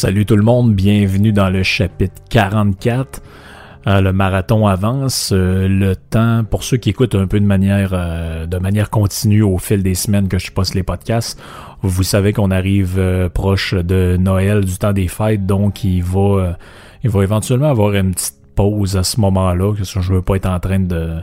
Salut tout le monde, bienvenue dans le chapitre 44. Le marathon avance. Le temps, pour ceux qui écoutent un peu de manière continue au fil des semaines que je poste les podcasts, vous savez qu'on arrive proche de Noël, du temps des fêtes, donc il va éventuellement avoir une petite pause à ce moment-là, parce que je veux pas être en train de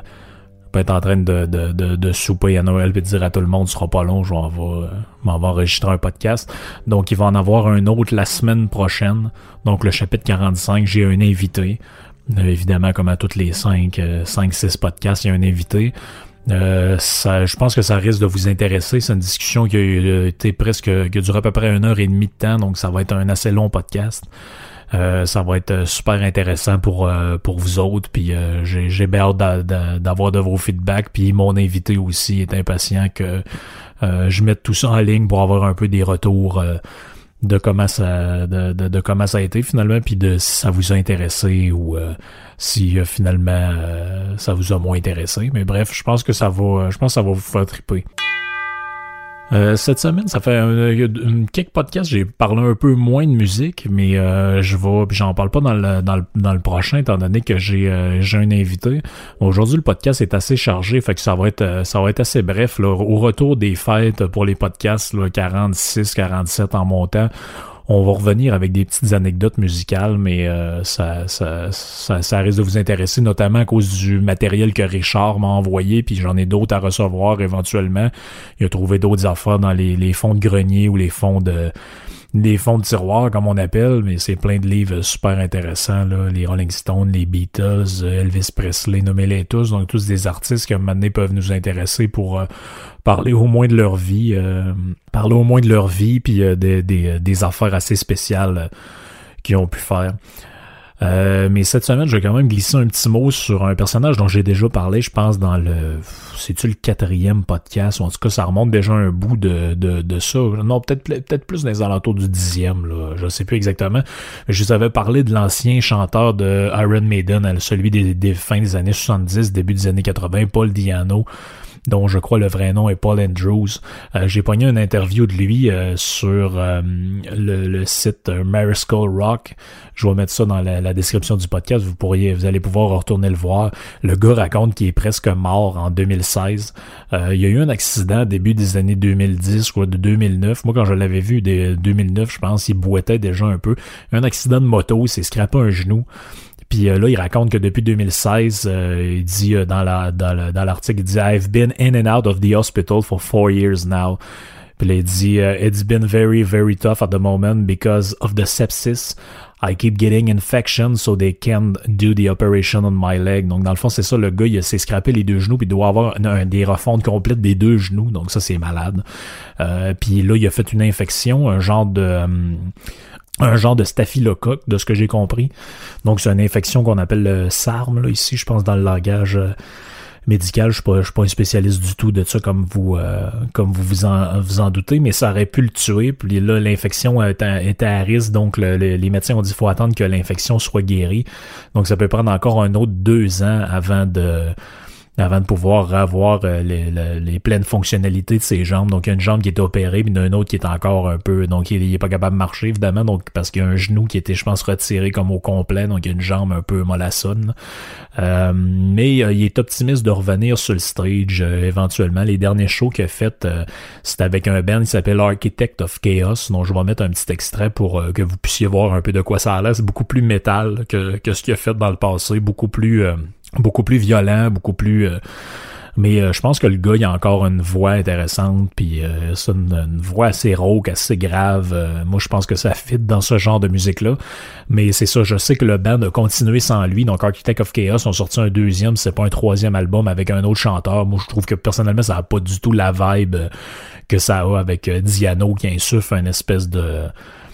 souper à Noël et de dire à tout le monde, ce sera pas long, je m'en vais enregistrer un podcast. Donc, il va en avoir un autre la semaine prochaine. Donc, le chapitre 45, j'ai un invité. Évidemment, comme à toutes les 5-6 podcasts, il y a un invité. Je pense que ça risque de vous intéresser. C'est une discussion qui a duré à peu près 1h30 de temps, donc ça va être un assez long podcast. Ça va être super intéressant pour vous autres, puis j'ai bien hâte d'avoir de vos feedbacks, puis mon invité aussi est impatient que je mette tout ça en ligne pour avoir un peu des retours de comment ça a été finalement, puis de si ça vous a intéressé ou si finalement ça vous a moins intéressé. Mais bref, je pense que ça va vous faire triper. Cette semaine, ça fait quelques podcasts, j'ai parlé un peu moins de musique, mais j'en parle pas dans le prochain, étant donné que j'ai un invité. Aujourd'hui, le podcast est assez chargé, fait que ça va être assez bref, là. Au retour des fêtes pour les podcasts, là, 46, 47 en montant, on va revenir avec des petites anecdotes musicales, mais ça risque de vous intéresser, notamment à cause du matériel que Richard m'a envoyé, puis j'en ai d'autres à recevoir éventuellement. Il a trouvé d'autres affaires dans les fonds de grenier ou les fonds de tiroir, comme on appelle, mais c'est plein de livres super intéressants, là, les Rolling Stones, les Beatles, Elvis Presley, nommez-les tous, donc tous des artistes qui à un moment donné peuvent nous intéresser pour parler au moins de leur vie, puis des affaires assez spéciales qu'ils ont pu faire. Mais cette semaine, je vais quand même glisser un petit mot sur un personnage dont j'ai déjà parlé, je pense, c'est-tu le 4e podcast, ou en tout cas, ça remonte déjà un bout de ça. Non, peut-être plus dans les alentours du 10e, là, je sais plus exactement. Je vous avais parlé de l'ancien chanteur de Iron Maiden, celui des fins des années 70, début des années 80, Paul Di'Anno, dont je crois le vrai nom est Paul Andrews. J'ai pogné une interview de lui sur le site Mariscal Rock. Je vais mettre ça dans la description du podcast. Vous allez pouvoir retourner le voir. Le gars raconte qu'il est presque mort en 2016. Il y a eu un accident début des années 2010 ou de 2009. Moi, quand je l'avais vu de 2009, je pense, il boitait déjà un peu. Un accident de moto, il s'est scrapé un genou. Puis là, il raconte que depuis 2016, il dit dans l'article, il dit « I've been in and out of the hospital for 4 years now ». Puis là, il dit « It's been very, very tough at the moment because of the sepsis. I keep getting infection so they can't do the operation on my leg ». Donc, dans le fond, c'est ça, le gars, il s'est scrappé les 2 genoux, puis il doit avoir des refontes complètes des 2 genoux. Donc, ça, c'est malade. Puis là, il a fait une infection, un genre de staphylocoque, de ce que j'ai compris. Donc, c'est une infection qu'on appelle le SARM, là, ici, je pense, dans le langage médical. Je suis pas un spécialiste du tout de ça, comme vous en doutez, mais ça aurait pu le tuer. Puis là, l'infection était à risque, donc les médecins ont dit qu'il faut attendre que l'infection soit guérie. Donc, ça peut prendre encore un autre 2 ans avant de pouvoir avoir les pleines fonctionnalités de ses jambes. Donc, il y a une jambe qui est opérée, puis il y en a une autre qui est encore un peu... Donc, il est pas capable de marcher, évidemment, donc parce qu'il y a un genou qui était, je pense, retiré comme au complet, donc il y a une jambe un peu mollassonne. Mais il est optimiste de revenir sur le stage éventuellement. Les derniers shows qu'il a fait, c'était avec un band qui s'appelle Architect of Chaos, donc je vais mettre un petit extrait pour que vous puissiez voir un peu de quoi ça a l'air. C'est beaucoup plus métal que ce qu'il a fait dans le passé, beaucoup plus violent, mais je pense que le gars, il a encore une voix intéressante, puis c'est une voix assez rauque, assez grave. Moi, je pense que ça fit dans ce genre de musique-là. Mais c'est ça, je sais que le band a continué sans lui. Donc, Architect of Chaos ont sorti un 2e, c'est pas un 3e album avec un autre chanteur. Moi, je trouve que personnellement, ça n'a pas du tout la vibe que ça a avec Di'Anno, qui insuffle une espèce de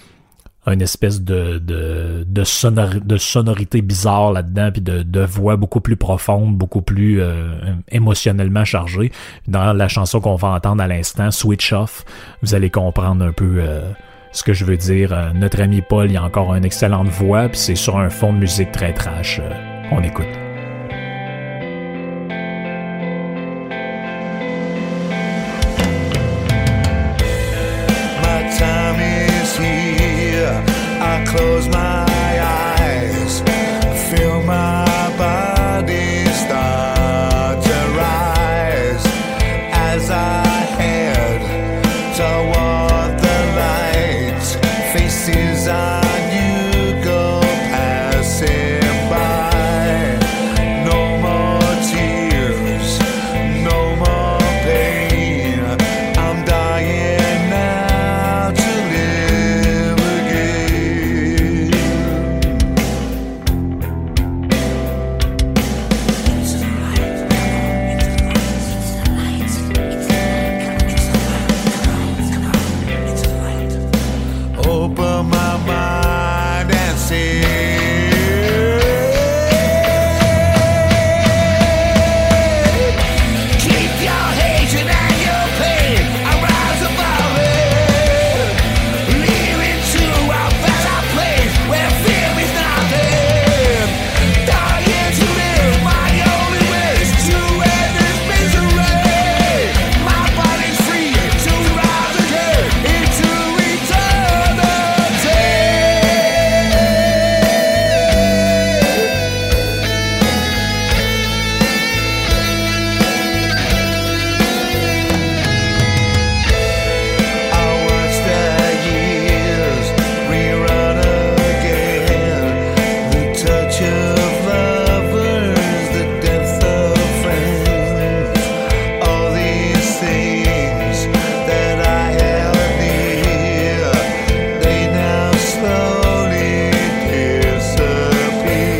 sonorité bizarre là-dedans, puis de voix beaucoup plus profonde, beaucoup plus émotionnellement chargée. Dans la chanson qu'on va entendre à l'instant, Switch Off, vous allez comprendre un peu ce que je veux dire. Notre ami Paul, il a encore une excellente voix, puis c'est sur un fond de musique très trash. On écoute. My time is here. I close my eyes, feel my body start to rise as I head toward the light. Faces on you go passing by. No more tears, no more pain. I'm dying now to live again. Open my mind and see. Keep your hatred and your pain. I rise above it. Leave into a better place where fear is nothing. Dying to live, my only way is to end this misery. My body's free to rise again into eternity. I watch the years rerun again. The touch of lovers, the depth of friends. All these things that I held near, they now slowly disappear.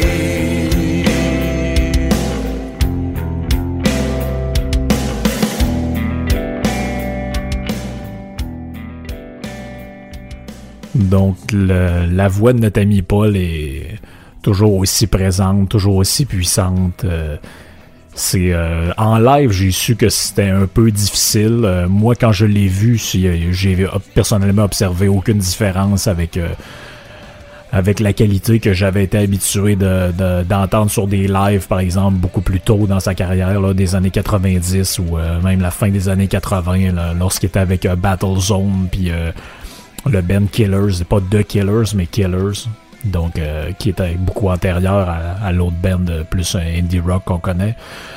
Donc, la voix de notre ami Paul est toujours aussi présente, toujours aussi puissante. En live, j'ai su que c'était un peu difficile. Moi, quand je l'ai vu, j'ai personnellement observé aucune différence avec la qualité que j'avais été habitué d'entendre sur des lives, par exemple, beaucoup plus tôt dans sa carrière, là, des années 90 ou même la fin des années 80, là, lorsqu'il était avec Battlezone, puis le band Killers, pas The Killers, mais Killers, donc qui était beaucoup antérieur à l'autre band plus indie rock qu'on connaît.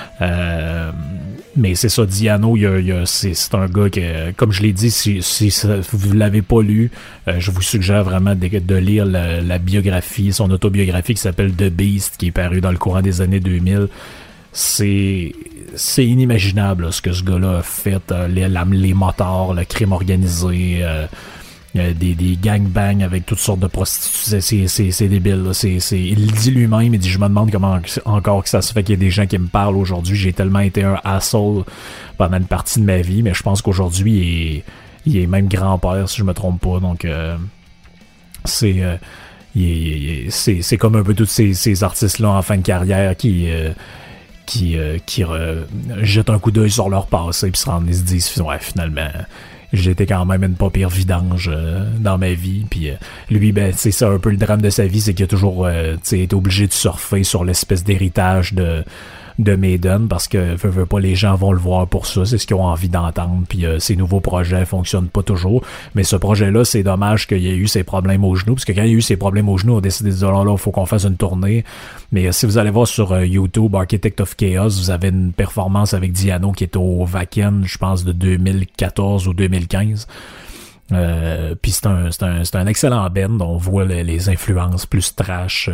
Mais c'est ça, Di'Anno, c'est un gars que, comme je l'ai dit, si vous l'avez pas lu, je vous suggère vraiment de lire la biographie, son autobiographie qui s'appelle The Beast, qui est paru dans le courant des années 2000. C'est inimaginable là, ce que ce gars-là a fait, les motards, le crime organisé, des gangbangs avec toutes sortes de prostituées, c'est débile là. Il le dit lui-même, il dit je me demande comment encore que ça se fait qu'il y ait des gens qui me parlent aujourd'hui. J'ai tellement été un asshole pendant une partie de ma vie, mais je pense qu'aujourd'hui il est même grand-père si je me trompe pas, donc c'est comme un peu tous ces artistes là en fin de carrière qui jettent un coup d'œil sur leur passé puis ils se disent ouais, finalement j'étais quand même une pas pire vidange dans ma vie. Puis lui, ben c'est ça un peu le drame de sa vie, c'est qu'il a toujours été obligé de surfer sur l'espèce d'héritage de Maiden, parce que veut pas, les gens vont le voir pour ça, c'est ce qu'ils ont envie d'entendre. Puis ces nouveaux projets fonctionnent pas toujours, mais ce projet-là, c'est dommage qu'il y ait eu ses problèmes au genou, parce que quand il y a eu ses problèmes au genou, on a décidé de dire là, il faut qu'on fasse une tournée. Mais si vous allez voir sur YouTube Architect of Chaos, vous avez une performance avec Di'Anno qui est au Wacken, je pense de 2014 ou 2015. Puis c'est un excellent band. On voit les influences plus trash,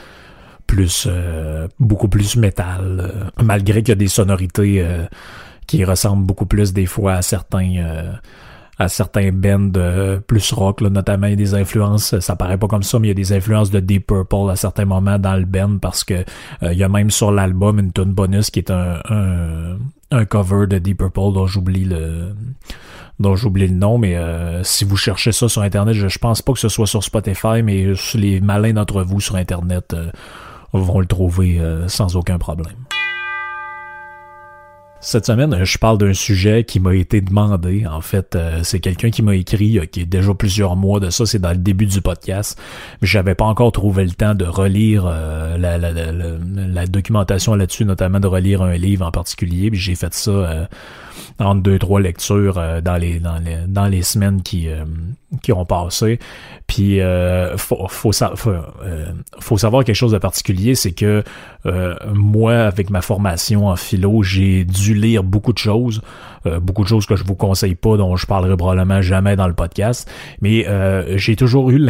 beaucoup plus métal, malgré qu'il y a des sonorités qui ressemblent beaucoup plus des fois à certains bands plus rock, là, notamment il y a des influences, ça paraît pas comme ça, mais il y a des influences de Deep Purple à certains moments dans le band, parce que il y a même sur l'album une tune bonus qui est un cover de Deep Purple dont j'oublie le nom, mais si vous cherchez ça sur internet, je pense pas que ce soit sur Spotify, mais les malins d'entre vous sur internet vont le trouver sans aucun problème. Cette semaine, je parle d'un sujet qui m'a été demandé. En fait, c'est quelqu'un qui m'a écrit qui est déjà plusieurs mois de ça. C'est dans le début du podcast. Mais j'avais pas encore trouvé le temps de relire la documentation là-dessus, notamment de relire un livre en particulier. Puis j'ai fait ça entre 2-3 lectures dans les semaines qui ont passé. Puis faut savoir quelque chose de particulier, c'est que moi, avec ma formation en philo, j'ai dû lire beaucoup de choses que je vous conseille pas, dont je parlerai probablement jamais dans le podcast. Mais j'ai toujours eu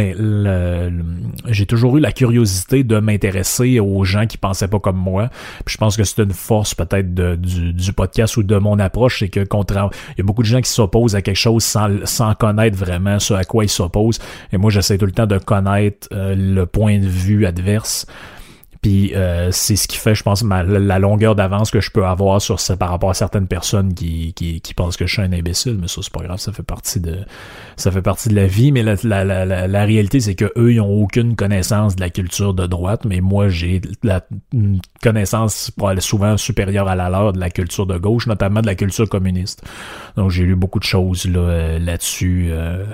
la curiosité de m'intéresser aux gens qui pensaient pas comme moi. Puis je pense que c'est une force peut-être du podcast ou de mon approche, c'est que contrairement, il y a beaucoup de gens qui s'opposent à quelque chose sans connaître vraiment ce à quoi ils s'opposent. Et moi, j'essaie tout le temps de connaître le point de vue adverse. Puis c'est ce qui fait, je pense, la longueur d'avance que je peux avoir sur ça par rapport à certaines personnes qui pensent que je suis un imbécile, mais ça c'est pas grave, ça fait partie de la vie. Mais la réalité, c'est que eux, ils ont aucune connaissance de la culture de droite, mais moi j'ai la connaissance souvent supérieure à la leur de la culture de gauche, notamment de la culture communiste. Donc j'ai lu beaucoup de choses là-dessus.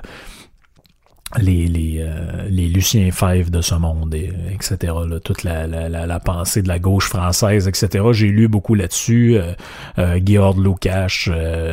Les Lucien Febvre de ce monde, etc. Là, toute la pensée de la gauche française, etc. J'ai lu beaucoup là-dessus. Georg Lukács,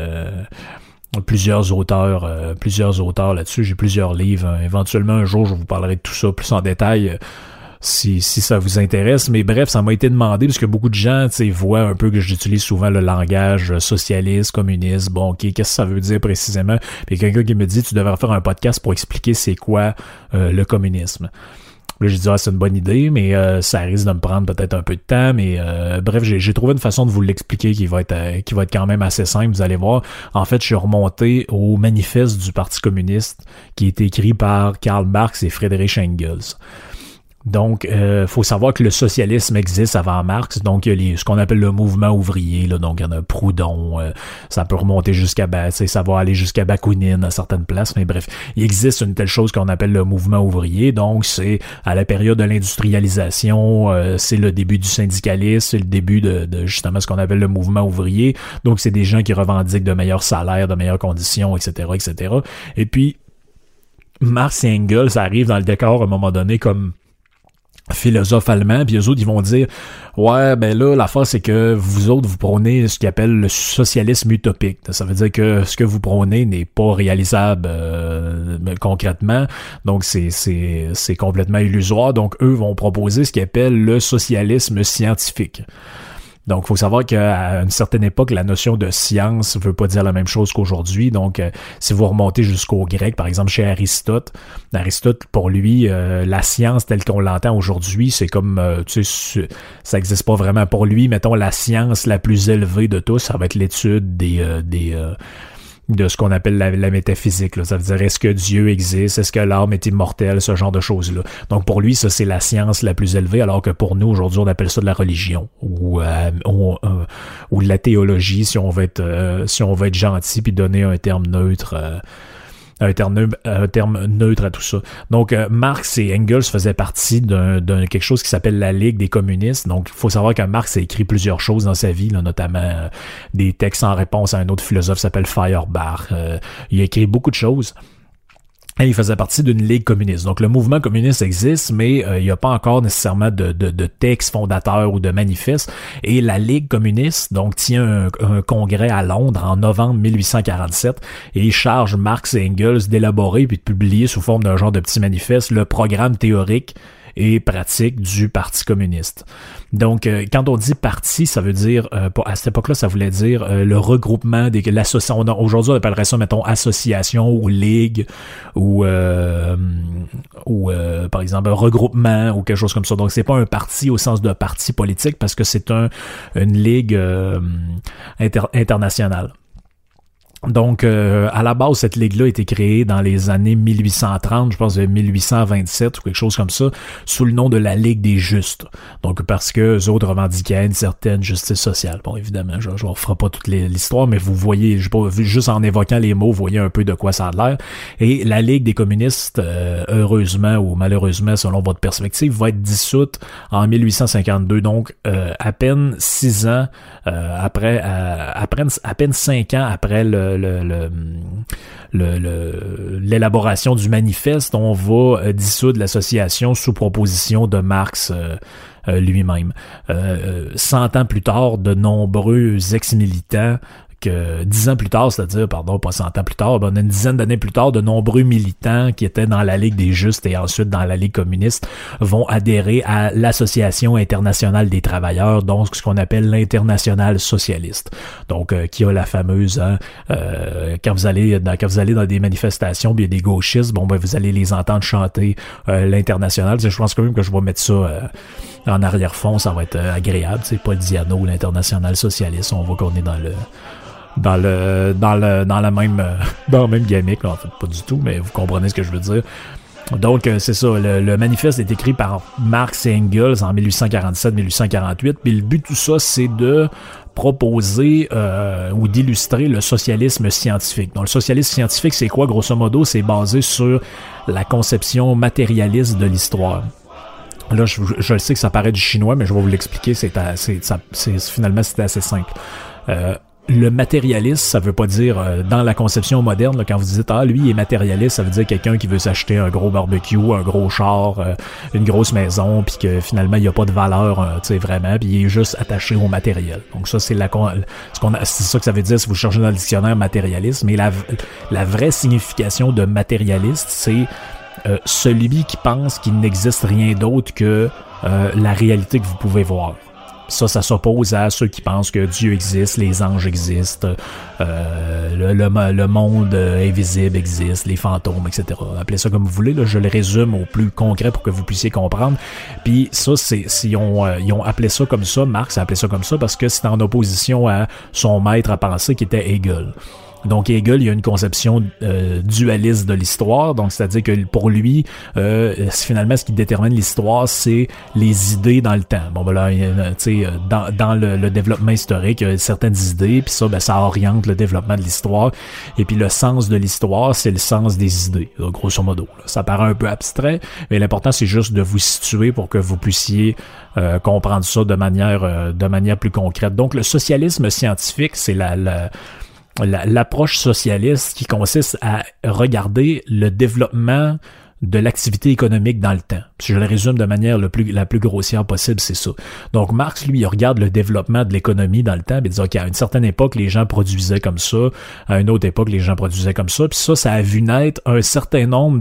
plusieurs auteurs là-dessus. J'ai plusieurs livres. Éventuellement, un jour, je vous parlerai de tout ça plus en détail. Si ça vous intéresse, mais bref, ça m'a été demandé parce que beaucoup de gens, tu sais, voient un peu que j'utilise souvent le langage socialiste, communiste. Bon, ok, qu'est-ce que ça veut dire précisément? Puis quelqu'un qui me dit, tu devrais faire un podcast pour expliquer c'est quoi le communisme. Là, j'ai dit, c'est une bonne idée, mais ça risque de me prendre peut-être un peu de temps. Mais bref, j'ai trouvé une façon de vous l'expliquer qui va être quand même assez simple. Vous allez voir. En fait, je suis remonté au manifeste du Parti communiste qui est écrit par Karl Marx et Friedrich Engels. Donc, faut savoir que le socialisme existe avant Marx. Donc, il y a ce qu'on appelle le mouvement ouvrier. Là, donc, il y en a Proudhon. Ça peut remonter ça va aller jusqu'à Bakounine à certaines places. Mais bref, il existe une telle chose qu'on appelle le mouvement ouvrier. Donc, c'est à la période de l'industrialisation, c'est le début du syndicalisme, c'est le début de justement ce qu'on appelle le mouvement ouvrier. Donc, c'est des gens qui revendiquent de meilleurs salaires, de meilleures conditions, etc., etc. Et puis, Marx et Engels arrivent dans le décor à un moment donné comme philosophes allemands, puis eux autres, ils vont dire ouais, ben là, l'affaire, c'est que vous autres, vous prônez ce qu'ils appellent le socialisme utopique. Ça veut dire que ce que vous prônez n'est pas réalisable concrètement, donc c'est complètement illusoire. Donc, eux vont proposer ce qu'ils appellent le socialisme scientifique. Donc, il faut savoir qu'à une certaine époque, la notion de science ne veut pas dire la même chose qu'aujourd'hui. Donc, si vous remontez jusqu'au grec, par exemple, chez Aristote, pour lui, la science telle qu'on l'entend aujourd'hui, c'est comme, tu sais, ça n'existe pas vraiment pour lui. Mettons, la science la plus élevée de tous, ça va être l'étude de ce qu'on appelle la métaphysique. Là. Ça veut dire, est-ce que Dieu existe? Est-ce que l'âme est immortelle? Ce genre de choses-là. Donc, pour lui, ça, c'est la science la plus élevée, alors que pour nous, aujourd'hui, on appelle ça de la religion ou de la théologie, si on veut être gentil puis donner un terme neutre. Un terme neutre à tout ça. Donc, Marx et Engels faisaient partie d'un quelque chose qui s'appelle la Ligue des communistes. Donc, il faut savoir que Marx a écrit plusieurs choses dans sa vie, là, notamment des textes en réponse à un autre philosophe qui s'appelle Feuerbach. Il a écrit beaucoup de choses. Et il faisait partie d'une ligue communiste. Donc, le mouvement communiste existe, mais il n'y a pas encore nécessairement de texte fondateur ou de manifeste. Et la Ligue communiste, donc, tient un congrès à Londres en novembre 1847 et il charge Marx et Engels d'élaborer puis de publier sous forme d'un genre de petit manifeste le programme théorique et pratique du Parti communiste. Donc, quand on dit parti, ça veut dire, à cette époque-là, ça voulait dire le regroupement des l'association. Aujourd'hui, on appellerait ça, mettons, association ou ligue ou par exemple, un regroupement ou quelque chose comme ça. Donc, c'est pas un parti au sens de parti politique parce que c'est une ligue internationale. Donc, à la base, cette ligue-là a été créée dans les années 1830, je pense 1827 ou quelque chose comme ça, sous le nom de la Ligue des Justes. Donc, parce que eux autres revendiquaient une certaine justice sociale. Bon, évidemment, je ne ferai pas toute l'histoire, mais vous voyez, juste en évoquant les mots, vous voyez un peu de quoi ça a l'air. Et la Ligue des communistes, heureusement ou malheureusement, selon votre perspective, va être dissoute en 1852. Donc, à peine 6 ans après, à peine 5 ans après l'élaboration du manifeste, on va dissoudre l'association sous proposition de Marx lui-même. 100 ans plus tard, de nombreux ex-militants que 10 ans plus tard, c'est-à-dire, pardon, pas 100 ans plus tard, ben, on a une dizaine d'années plus tard, de nombreux militants qui étaient dans la Ligue des Justes et ensuite dans la Ligue communiste vont adhérer à l'Association internationale des travailleurs, donc ce qu'on appelle l'Internationale socialiste. Donc, qui a la fameuse, quand vous allez dans des manifestations, il y a des gauchistes, bon, ben, vous allez les entendre chanter l'Internationale. Je pense quand même que je vais mettre ça en arrière-fond, ça va être agréable. C'est Paul Diano, l'Internationale socialiste. On voit qu'on est dans la même gamique, là, en fait, pas du tout, mais vous comprenez ce que je veux dire. Donc, c'est ça, le manifeste est écrit par Marx et Engels en 1847-1848, puis le but de tout ça, c'est de proposer ou d'illustrer le socialisme scientifique. Donc, le socialisme scientifique, c'est quoi, grosso modo? C'est basé sur la conception matérialiste de l'histoire. Là, je le sais que ça paraît du chinois, mais je vais vous l'expliquer, finalement, c'était assez simple. Le matérialiste, ça veut pas dire, dans la conception moderne, là, quand vous dites « Ah, lui, il est matérialiste », ça veut dire quelqu'un qui veut s'acheter un gros barbecue, un gros char, une grosse maison, puis que finalement, il n'y a pas de valeur, tu sais, vraiment, puis il est juste attaché au matériel. Donc ça, c'est c'est ça que ça veut dire si vous cherchez dans le dictionnaire matérialiste, mais la vraie signification de matérialiste, c'est celui qui pense qu'il n'existe rien d'autre que la réalité que vous pouvez voir. Ça s'oppose à ceux qui pensent que Dieu existe, les anges existent, le monde invisible existe, les fantômes, etc. Appelez ça comme vous voulez, là, je le résume au plus concret pour que vous puissiez comprendre. Puis ça, ils ont appelé ça comme ça, Marx a appelé ça comme ça parce que c'est en opposition à son maître à penser qui était Hegel. Donc Hegel, il y a une conception dualiste de l'histoire, donc c'est-à-dire que pour lui, finalement, ce qui détermine l'histoire, c'est les idées dans le temps. Bon, ben là, tu sais, dans le développement historique, il y a certaines idées, puis ça, ben ça oriente le développement de l'histoire. Et puis le sens de l'histoire, c'est le sens des idées, donc, grosso modo. Là. Ça paraît un peu abstrait, mais l'important, c'est juste de vous situer pour que vous puissiez comprendre ça de manière plus concrète. Donc le socialisme scientifique, c'est l'approche socialiste qui consiste à regarder le développement de l'activité économique dans le temps. Si je le résume de manière la plus grossière possible, c'est ça. Donc Marx, lui, il regarde le développement de l'économie dans le temps, et il dit, OK, à une certaine époque, les gens produisaient comme ça, à une autre époque, les gens produisaient comme ça, puis ça a vu naître un certain nombre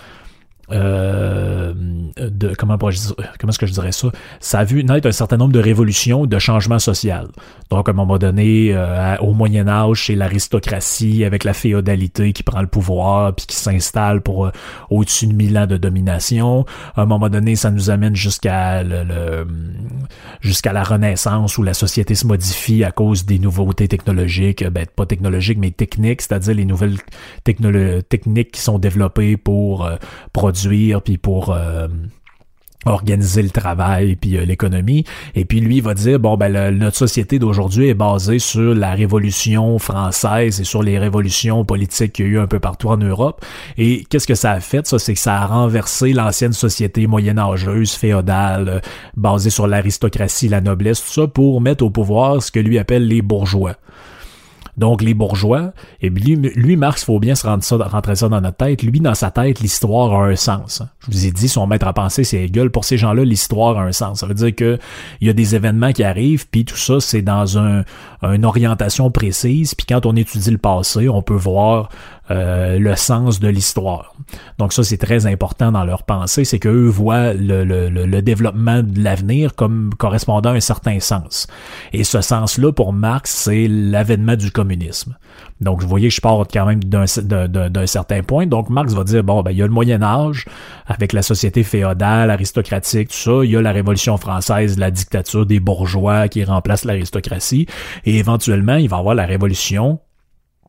comment est-ce que je dirais ça? Ça a vu naître un certain nombre de révolutions, de changements sociaux. Donc, à un moment donné, au Moyen-Âge, c'est l'aristocratie avec la féodalité qui prend le pouvoir puis qui s'installe pour au-dessus de 1000 ans de domination. À un moment donné, ça nous amène jusqu'à jusqu'à la Renaissance où la société se modifie à cause des nouveautés technologiques, pas technologiques, mais techniques, c'est-à-dire les nouvelles techniques qui sont développées pour produire puis pour organiser le travail puis l'économie. Et puis lui, il va dire, bon, notre société d'aujourd'hui est basée sur la Révolution française et sur les révolutions politiques qu'il y a eu un peu partout en Europe. Et qu'est-ce que ça a fait? Ça, c'est que ça a renversé l'ancienne société moyenâgeuse, féodale, basée sur l'aristocratie, la noblesse, tout ça, pour mettre au pouvoir ce que lui appelle les bourgeois. Donc, les bourgeois, et lui, Marx, faut bien rentrer ça dans notre tête. Lui, dans sa tête, l'histoire a un sens. Je vous ai dit, son maître à penser, c'est Hegel. Pour ces gens-là, l'histoire a un sens. Ça veut dire que il y a des événements qui arrivent, puis tout ça, c'est dans une orientation précise. Puis quand on étudie le passé, on peut voir le sens de l'histoire. Donc ça, c'est très important dans leur pensée, c'est qu'eux voient le développement de l'avenir comme correspondant à un certain sens. Et ce sens-là, pour Marx, c'est l'avènement du communisme. Donc, vous voyez que je pars quand même d'un certain point. Donc, Marx va dire, il y a le Moyen-Âge, avec la société féodale, aristocratique, tout ça. Il y a la Révolution française, la dictature des bourgeois qui remplace l'aristocratie. Et éventuellement, il va y avoir la Révolution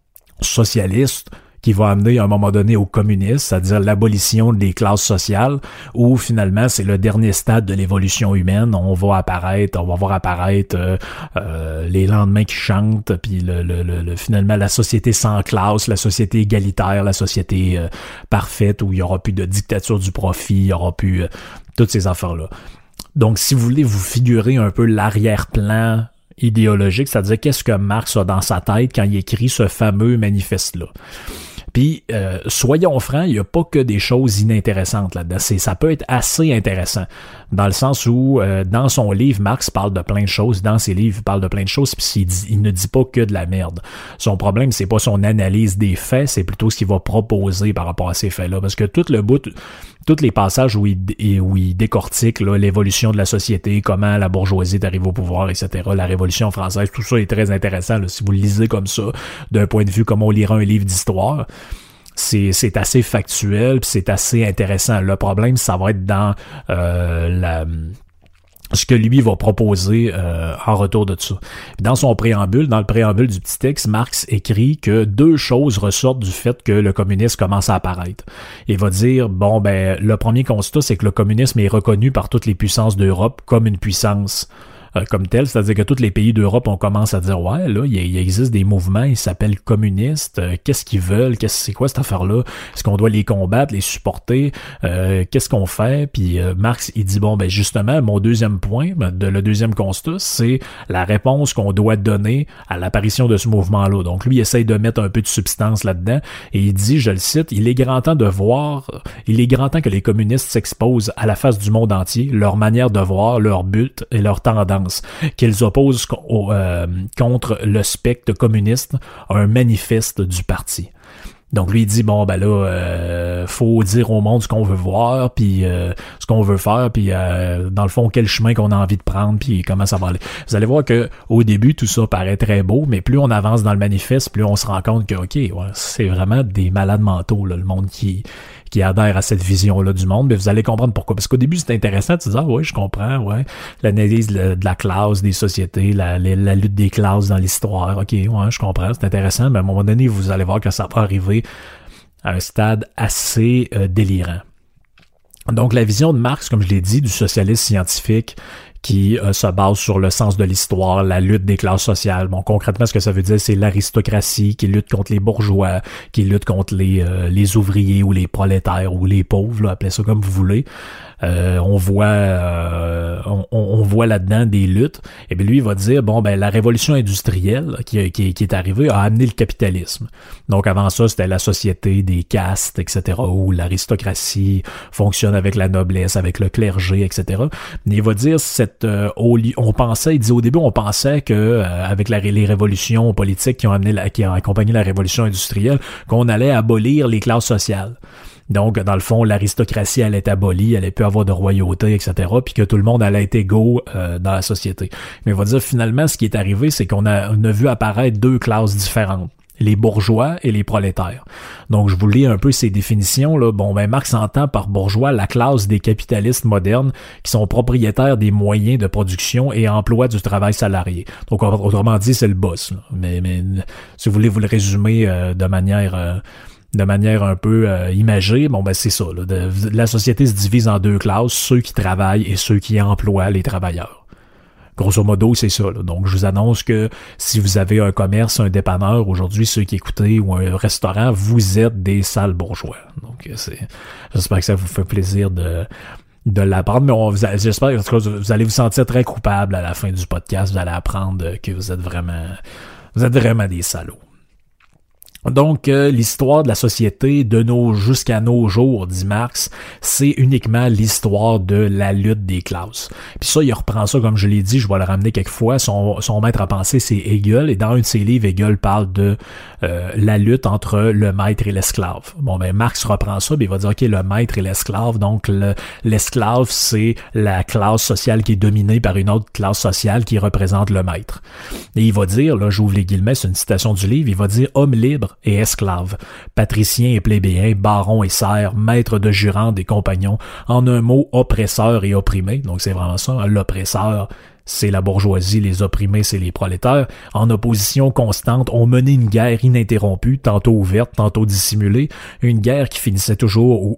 socialiste qui va amener à un moment donné au communisme, c'est-à-dire l'abolition des classes sociales, où finalement c'est le dernier stade de l'évolution humaine. On va voir apparaître les lendemains qui chantent, puis finalement la société sans classe, la société égalitaire, la société parfaite, où il y aura plus de dictature du profit, il y aura plus toutes ces affaires-là. Donc si vous voulez vous figurer un peu l'arrière-plan idéologique, c'est-à-dire qu'est-ce que Marx a dans sa tête quand il écrit ce fameux manifeste-là. Puis, soyons francs, il n'y a pas que des choses inintéressantes là-dedans. Ça peut être assez intéressant, dans le sens où, dans son livre, Marx parle de plein de choses. Dans ses livres, il parle de plein de choses, puis il ne dit pas que de la merde. Son problème, c'est pas son analyse des faits, c'est plutôt ce qu'il va proposer par rapport à ces faits-là. Parce que tous les passages où il décortique là, l'évolution de la société, comment la bourgeoisie est arrivée au pouvoir, etc., la Révolution française, tout ça est très intéressant. Là, si vous le lisez comme ça, d'un point de vue comme on lirait un livre d'histoire, c'est assez factuel, puis c'est assez intéressant. Le problème, ça va être dans ce que lui va proposer en retour de ça. Dans le préambule du petit texte, Marx écrit que 2 choses ressortent du fait que le communisme commence à apparaître. Il va dire, le premier constat, c'est que le communisme est reconnu par toutes les puissances d'Europe comme une puissance comme tel, c'est-à-dire que tous les pays d'Europe, on commence à dire, ouais, là, il existe des mouvements, ils s'appellent communistes, qu'est-ce qu'ils veulent, c'est quoi cette affaire-là, est-ce qu'on doit les combattre, les supporter, qu'est-ce qu'on fait, puis Marx, il dit, justement, mon deuxième point, le deuxième constat, c'est la réponse qu'on doit donner à l'apparition de ce mouvement-là. Donc, lui, il essaye de mettre un peu de substance là-dedans, et il dit, je le cite, il est grand temps que les communistes s'exposent à la face du monde entier, leur manière de voir, leur but et leur tendance, qu'ils opposent contre le spectre communiste, un manifeste du parti. Donc lui il dit faut dire au monde ce qu'on veut voir, puis ce qu'on veut faire, puis dans le fond quel chemin qu'on a envie de prendre, puis comment ça va aller. Vous allez voir que au début tout ça paraît très beau, mais plus on avance dans le manifeste, plus on se rend compte que c'est vraiment des malades mentaux là, le monde qui adhère à cette vision-là du monde, mais vous allez comprendre pourquoi. Parce qu'au début, c'est intéressant de se dire, je comprends, l'analyse de la classe, des sociétés, la lutte des classes dans l'histoire, je comprends, c'est intéressant, mais à un moment donné, vous allez voir que ça va arriver à un stade assez délirant. Donc, la vision de Marx, comme je l'ai dit, du socialisme scientifique, qui se base sur le sens de l'histoire, la lutte des classes sociales. Concrètement, ce que ça veut dire, c'est l'aristocratie qui lutte contre les bourgeois, qui lutte contre les ouvriers ou les prolétaires ou les pauvres, là, appelez ça comme vous voulez. On voit là-dedans des luttes. Et bien lui, il va dire, la révolution industrielle qui est arrivée a amené le capitalisme. Donc avant ça, c'était la société des castes, etc., où l'aristocratie fonctionne avec la noblesse, avec le clergé, etc. Mais il va dire, au début, on pensait que avec les révolutions politiques qui ont accompagné la révolution industrielle, qu'on allait abolir les classes sociales. Donc, dans le fond, l'aristocratie allait être abolie, elle allait plus avoir de royauté, etc., puis que tout le monde allait être égaux dans la société. Mais on va dire, finalement, ce qui est arrivé, c'est qu'on a vu apparaître 2 classes différentes, les bourgeois et les prolétaires. Donc, je vous lis un peu ces définitions, là. Marx entend par bourgeois la classe des capitalistes modernes qui sont propriétaires des moyens de production et emploient du travail salarié. Donc, autrement dit, c'est le boss, là. Mais si vous voulez vous le résumer de manière un peu imagée, c'est ça. Là, la société se divise en 2 classes, ceux qui travaillent et ceux qui emploient les travailleurs. Grosso modo, c'est ça. Là. Donc, je vous annonce que si vous avez un commerce, un dépanneur, aujourd'hui, ceux qui écoutez, ou un restaurant, vous êtes des sales bourgeois. Donc, j'espère que ça vous fait plaisir de l'apprendre, mais j'espère que vous allez vous sentir très coupable à la fin du podcast. Vous allez apprendre que vous êtes vraiment des salauds. Donc, l'histoire de la société jusqu'à nos jours, dit Marx, c'est uniquement l'histoire de la lutte des classes. Puis ça, il reprend ça, comme je l'ai dit, je vais le ramener quelquefois. Son maître à penser, c'est Hegel, et dans un de ses livres, Hegel parle de la lutte entre le maître et l'esclave. Marx reprend ça, puis il va dire, le maître et l'esclave, donc l'esclave, c'est la classe sociale qui est dominée par une autre classe sociale qui représente le maître. Et il va dire, là, j'ouvre les guillemets, c'est une citation du livre, il va dire, homme libre et esclaves, patriciens et plébéiens, barons et serfs, maîtres de jurande et compagnons, en un mot, oppresseurs et opprimés. Donc c'est vraiment ça, l'oppresseur, c'est la bourgeoisie, les opprimés, c'est les prolétaires, en opposition constante, ont mené une guerre ininterrompue, tantôt ouverte, tantôt dissimulée, une guerre qui finissait toujours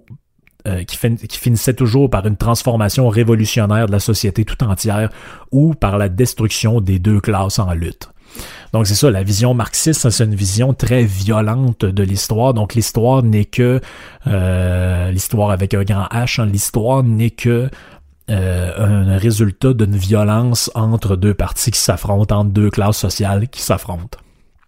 par une transformation révolutionnaire de la société tout entière ou par la destruction des deux classes en lutte. Donc c'est ça, la vision marxiste, c'est une vision très violente de l'histoire. Donc l'histoire n'est que l'histoire avec un grand H, hein, l'histoire n'est que un résultat d'une violence entre deux partis qui s'affrontent, entre deux classes sociales qui s'affrontent.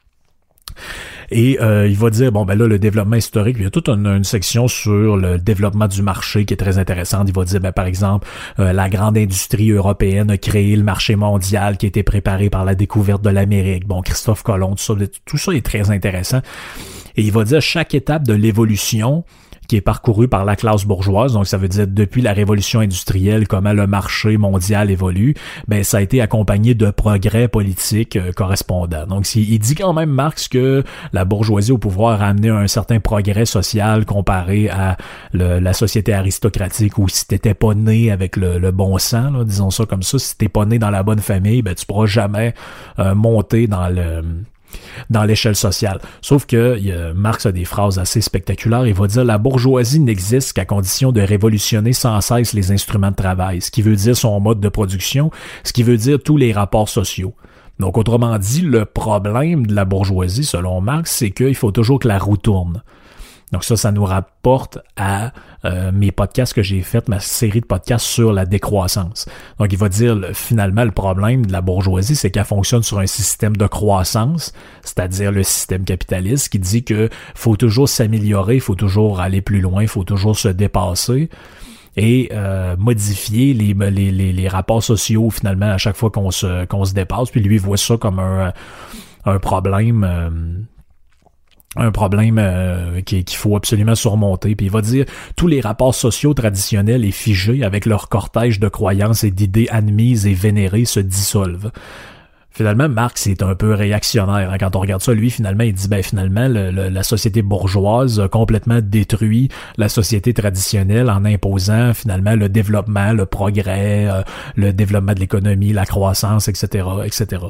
Et il va dire, bon ben là, le développement historique, il y a toute une section sur le développement du marché qui est très intéressante. Il va dire, ben par exemple, la grande industrie européenne a créé le marché mondial qui a été préparé par la découverte de l'Amérique. Bon, Christophe Colomb, tout ça est très intéressant. Et il va dire, chaque étape de l'évolution qui est parcouru par la classe bourgeoise, donc ça veut dire depuis la révolution industrielle, comment le marché mondial évolue, ben ça a été accompagné de progrès politiques correspondants. Donc il dit quand même Marx que la bourgeoisie au pouvoir a amené un certain progrès social comparé à la société aristocratique où si t'étais pas né avec le bon sang, là, disons ça comme ça, si t'es pas né dans la bonne famille, ben tu pourras jamais monter dans l'échelle sociale. Sauf que Marx a des phrases assez spectaculaires. Il va dire « La bourgeoisie n'existe qu'à condition de révolutionner sans cesse les instruments de travail », ce qui veut dire son mode de production, ce qui veut dire tous les rapports sociaux. Donc, autrement dit, le problème de la bourgeoisie, selon Marx, c'est qu'il faut toujours que la roue tourne. Donc ça nous rapporte à mes podcasts que j'ai fait, ma série de podcasts sur la décroissance. Donc il va dire finalement le problème de la bourgeoisie, c'est qu'elle fonctionne sur un système de croissance, c'est-à-dire le système capitaliste qui dit que faut toujours s'améliorer, il faut toujours aller plus loin, il faut toujours se dépasser et modifier les rapports sociaux finalement à chaque fois qu'on se dépasse. Puis lui il voit ça comme un problème. Un problème qu'il faut absolument surmonter. Puis il va dire tous les rapports sociaux traditionnels et figés avec leur cortège de croyances et d'idées admises et vénérées se dissolvent. Finalement, Marx est un peu réactionnaire. Hein. Quand on regarde ça, lui, finalement, il dit, ben finalement, la société bourgeoise a complètement détruit la société traditionnelle en imposant finalement le développement, le progrès, le développement de l'économie, la croissance, etc., etc.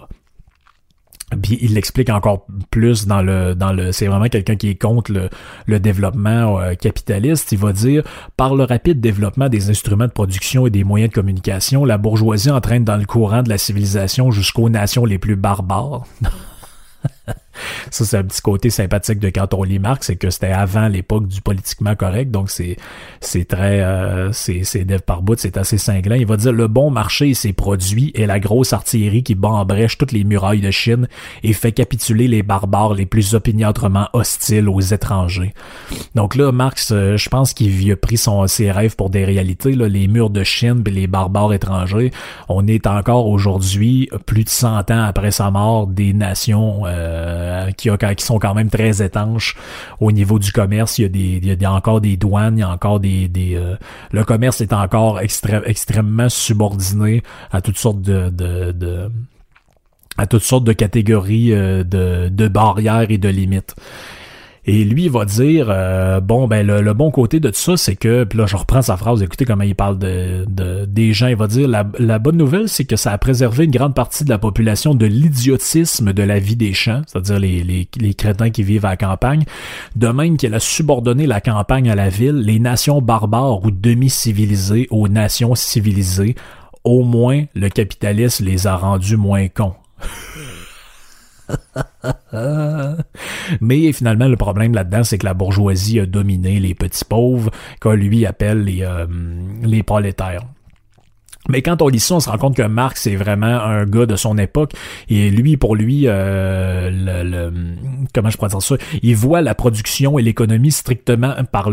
Puis il l'explique encore plus dans le c'est vraiment quelqu'un qui est contre le développement capitaliste. Il va dire par le rapide développement des instruments de production et des moyens de communication, la bourgeoisie entraîne dans le courant de la civilisation jusqu'aux nations les plus barbares. Ça, c'est un petit côté sympathique de quand on lit Marx, c'est que c'était avant l'époque du politiquement correct, donc c'est très c'est dev par bout, c'est assez cinglant. Il va dire le bon marché et ses produits est la grosse artillerie qui bat en brèche toutes les murailles de Chine et fait capituler les barbares les plus opiniâtrement hostiles aux étrangers. Donc là, Marx, je pense qu'il a pris ses rêves pour des réalités, là, les murs de Chine et les barbares étrangers. On est encore aujourd'hui, plus de 100 ans après sa mort, des nations qui sont quand même très étanches au niveau du commerce. Il y a encore des douanes, il y a encore le commerce est encore extrêmement subordonné à toutes sortes de catégories de barrières et de limites. Et lui, il va dire, le bon côté de tout ça, c'est que, puis là, je reprends sa phrase, écoutez comment il parle des gens, il va dire, la bonne nouvelle, c'est que ça a préservé une grande partie de la population de l'idiotisme de la vie des champs, c'est-à-dire les crétins qui vivent à la campagne, de même qu'elle a subordonné la campagne à la ville, les nations barbares ou demi-civilisées aux nations civilisées, au moins, le capitalisme les a rendus moins cons. Mais finalement, le problème là-dedans, c'est que la bourgeoisie a dominé les petits pauvres, qu'on lui appelle les prolétaires. Mais quand on lit ça, on se rend compte que Marx est vraiment un gars de son époque. Et lui, pour lui, comment je pourrais dire ça? Il voit la production et l'économie strictement par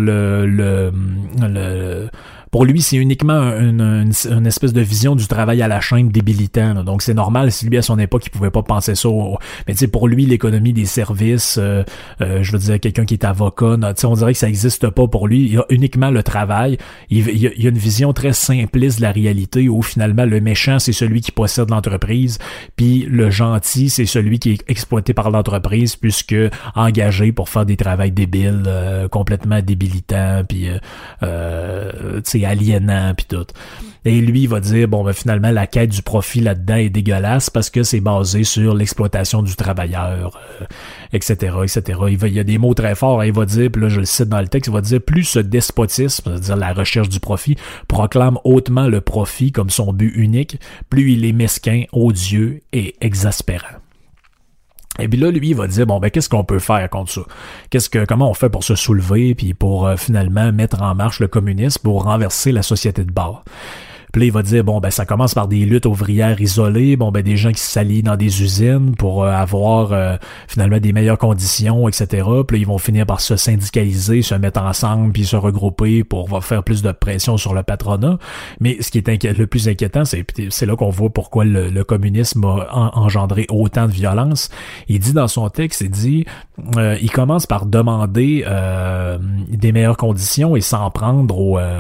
pour lui, c'est uniquement une espèce de vision du travail à la chaîne débilitant. Là. Donc, c'est normal si lui, à son époque, il pouvait pas penser ça. Mais tu sais, pour lui, l'économie des services, je veux dire, quelqu'un qui est avocat, tu sais, on dirait que ça existe pas pour lui. Il y a uniquement le travail. Il y a une vision très simpliste de la réalité où, finalement, le méchant, c'est celui qui possède l'entreprise, puis le gentil, c'est celui qui est exploité par l'entreprise, puisque engagé pour faire des travails débiles, complètement débilitants, puis tu sais, aliénant pis tout. Et lui, il va dire, bon, ben finalement, la quête du profit là-dedans est dégueulasse parce que c'est basé sur l'exploitation du travailleur, etc., etc. Il y a des mots très forts, hein, il va dire, puis là, je le cite dans le texte, il va dire, plus ce despotisme, c'est-à-dire la recherche du profit, proclame hautement le profit comme son but unique, plus il est mesquin, odieux et exaspérant. Et puis là, lui, il va dire, bon, ben, qu'est-ce qu'on peut faire contre ça? Comment on fait pour se soulever, puis pour finalement mettre en marche le communisme, pour renverser la société de bord? Puis là, il va dire, bon, ben, ça commence par des luttes ouvrières isolées, bon, ben, des gens qui s'allient dans des usines pour avoir finalement des meilleures conditions, etc. Puis là, ils vont finir par se syndicaliser, se mettre ensemble, puis se regrouper pour faire plus de pression sur le patronat. Mais ce qui est le plus inquiétant, c'est là qu'on voit pourquoi le communisme a engendré autant de violence. Il dit dans son texte, il commence par demander des meilleures conditions et s'en prendre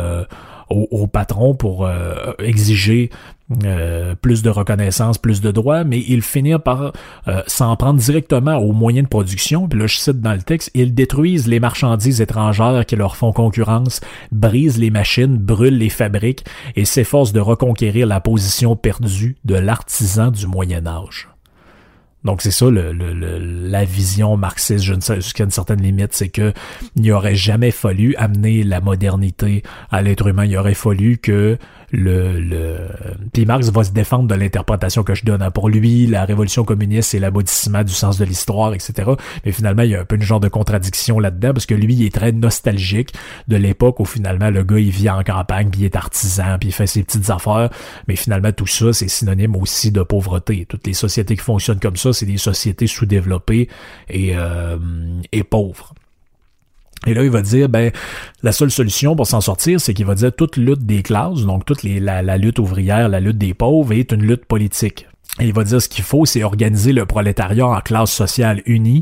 au patron pour exiger plus de reconnaissance, plus de droits, mais ils finirent par s'en prendre directement aux moyens de production. Puis là, je cite dans le texte, ils détruisent les marchandises étrangères qui leur font concurrence, brisent les machines, brûlent les fabriques et s'efforcent de reconquérir la position perdue de l'artisan du Moyen Âge. Donc c'est ça la vision marxiste jusqu'à une certaine limite, c'est que il n'y aurait jamais fallu amener la modernité à l'être humain, il aurait fallu que puis Marx va se défendre de l'interprétation que je donne. Pour lui, la révolution communiste, c'est l'aboutissement du sens de l'histoire, etc. Mais finalement, il y a un peu une genre de contradiction là-dedans, parce que lui, il est très nostalgique de l'époque où finalement, le gars, il vit en campagne, puis il est artisan, puis il fait ses petites affaires. Mais finalement, tout ça, c'est synonyme aussi de pauvreté. Toutes les sociétés qui fonctionnent comme ça, c'est des sociétés sous-développées et pauvres. Et là, il va dire, ben, la seule solution pour s'en sortir, c'est qu'il va dire toute lutte des classes, donc la lutte ouvrière, la lutte des pauvres, est une lutte politique. Et il va dire ce qu'il faut, c'est organiser le prolétariat en classe sociale unie,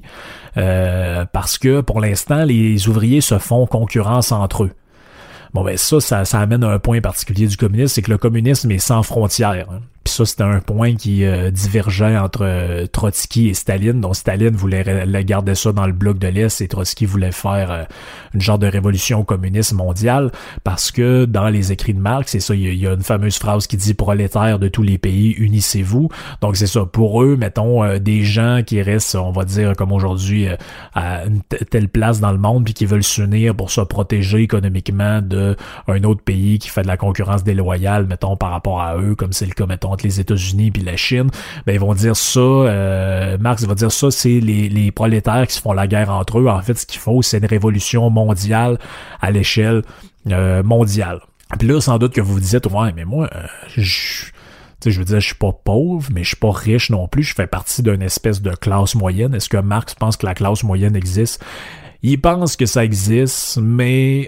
parce que pour l'instant, les ouvriers se font concurrence entre eux. Bon, ben ça amène à un point particulier du communisme, c'est que le communisme est sans frontières. Hein. Puis ça, c'était un point qui divergeait entre Trotsky et Staline. Donc Staline voulait garder ça dans le bloc de l'Est et Trotsky voulait faire une genre de révolution communiste mondiale parce que dans les écrits de Marx, c'est ça, il y a une fameuse phrase qui dit « Prolétaires de tous les pays, unissez-vous ». Donc c'est ça, pour eux, mettons, des gens qui restent, on va dire, comme aujourd'hui, à une telle place dans le monde puis qui veulent s'unir pour se protéger économiquement d'un autre pays qui fait de la concurrence déloyale, mettons, par rapport à eux, comme c'est le cas, mettons, entre les États-Unis puis la Chine, ben ils vont dire ça, Marx va dire ça, c'est les prolétaires qui se font la guerre entre eux. En fait, ce qu'il faut, c'est une révolution mondiale à l'échelle mondiale. Puis là, sans doute que vous vous dites, ouais, mais moi, je veux dire, je suis pas pauvre, mais je suis pas riche non plus, je fais partie d'une espèce de classe moyenne. Est-ce que Marx pense que la classe moyenne existe? Il pense que ça existe, mais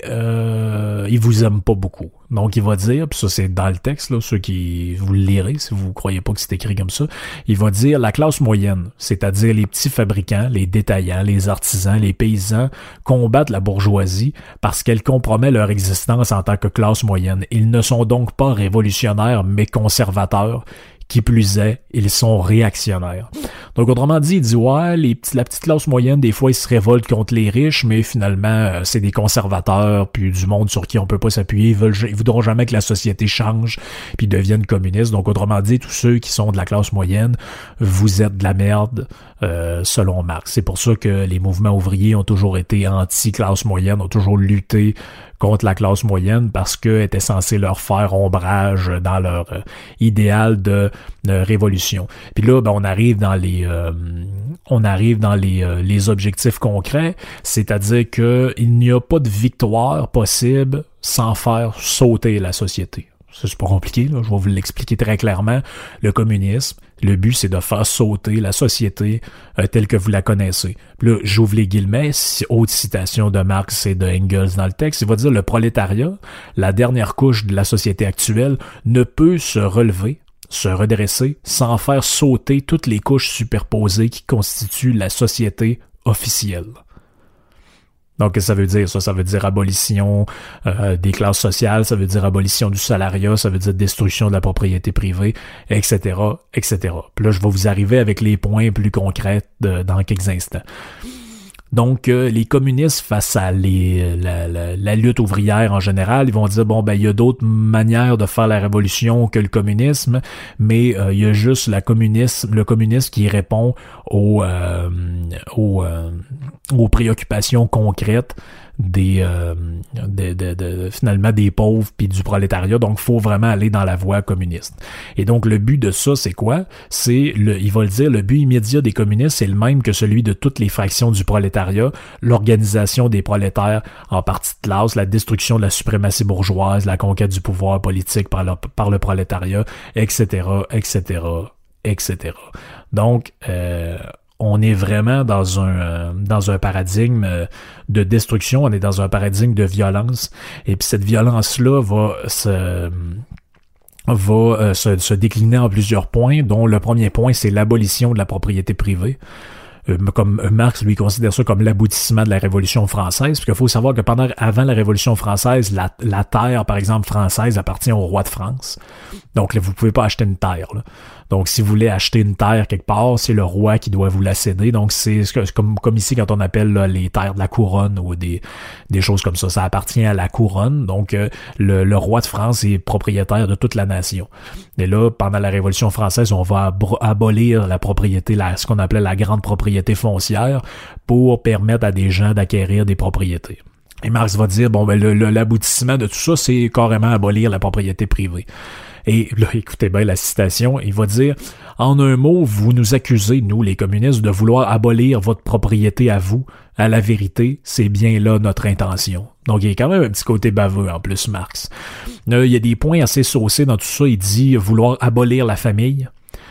il vous aime pas beaucoup. Donc il va dire, puis ça c'est dans le texte, là, ceux qui vous le lirez, si vous croyez pas que c'est écrit comme ça, il va dire la classe moyenne, c'est-à-dire les petits fabricants, les détaillants, les artisans, les paysans, combattent la bourgeoisie parce qu'elle compromet leur existence en tant que classe moyenne. Ils ne sont donc pas révolutionnaires, mais conservateurs. Qui plus est, ils sont réactionnaires. Donc, autrement dit, il dit, ouais, la petite classe moyenne, des fois, ils se révoltent contre les riches, mais finalement, c'est des conservateurs, puis du monde sur qui on peut pas s'appuyer. Ils voudront jamais que la société change, puis devienne communiste. Donc, autrement dit, tous ceux qui sont de la classe moyenne, vous êtes de la merde, selon Marx. C'est pour ça que les mouvements ouvriers ont toujours été anti-classe moyenne, ont toujours lutté contre la classe moyenne parce que était censé leur faire ombrage dans leur idéal de révolution. Puis là, ben, on arrive dans les objectifs concrets, c'est-à-dire que il n'y a pas de victoire possible sans faire sauter la société. Ça, c'est pas compliqué, là. Je vais vous l'expliquer très clairement. Le communisme, le but, c'est de faire sauter la société telle que vous la connaissez. Puis là, j'ouvre les guillemets, haute citation de Marx et de Engels dans le texte, il va dire le prolétariat, la dernière couche de la société actuelle, ne peut se relever, se redresser, sans faire sauter toutes les couches superposées qui constituent la société officielle. Donc, qu'est-ce que ça veut dire? Ça veut dire abolition des classes sociales, ça veut dire abolition du salariat, ça veut dire destruction de la propriété privée, etc., etc. Puis là, je vais vous arriver avec les points plus concrets dans quelques instants. Donc, les communistes, face à la lutte ouvrière en général, ils vont dire, bon, ben, il y a d'autres manières de faire la révolution que le communisme, mais il y a juste le communisme qui répond aux préoccupations concrètes finalement des pauvres puis du prolétariat. Donc, faut vraiment aller dans la voie communiste. Et donc, le but de ça, c'est quoi? Il va le dire, le but immédiat des communistes, c'est le même que celui de toutes les fractions du prolétariat, l'organisation des prolétaires en partie de classe, la destruction de la suprématie bourgeoise, la conquête du pouvoir politique par le prolétariat, etc., etc., etc. Donc, on est vraiment dans un paradigme de destruction, on est dans un paradigme de violence, et puis cette violence-là va se décliner en plusieurs points, dont le premier point, c'est l'abolition de la propriété privée. Comme Marx, lui, considère ça comme l'aboutissement de la Révolution française, parce qu'il faut savoir que avant la Révolution française, la terre, par exemple, française, appartient au roi de France. Donc, là, vous pouvez pas acheter une terre, là. Donc, si vous voulez acheter une terre quelque part, c'est le roi qui doit vous la céder. Donc, c'est comme ici quand on appelle là, les terres de la couronne ou des choses comme ça. Ça appartient à la couronne. Donc, le roi de France est propriétaire de toute la nation. Et là, pendant la Révolution française, on va abolir la propriété, ce qu'on appelait la grande propriété foncière, pour permettre à des gens d'acquérir des propriétés. Et Marx va dire, bon, ben l'aboutissement de tout ça, c'est carrément abolir la propriété privée. Et là, écoutez bien la citation, il va dire « En un mot, vous nous accusez, nous, les communistes, de vouloir abolir votre propriété à vous. À la vérité, c'est bien là notre intention. » Donc, il y a quand même un petit côté baveux, en plus, Marx. Il y a des points assez saucés dans tout ça. Il dit vouloir abolir la famille.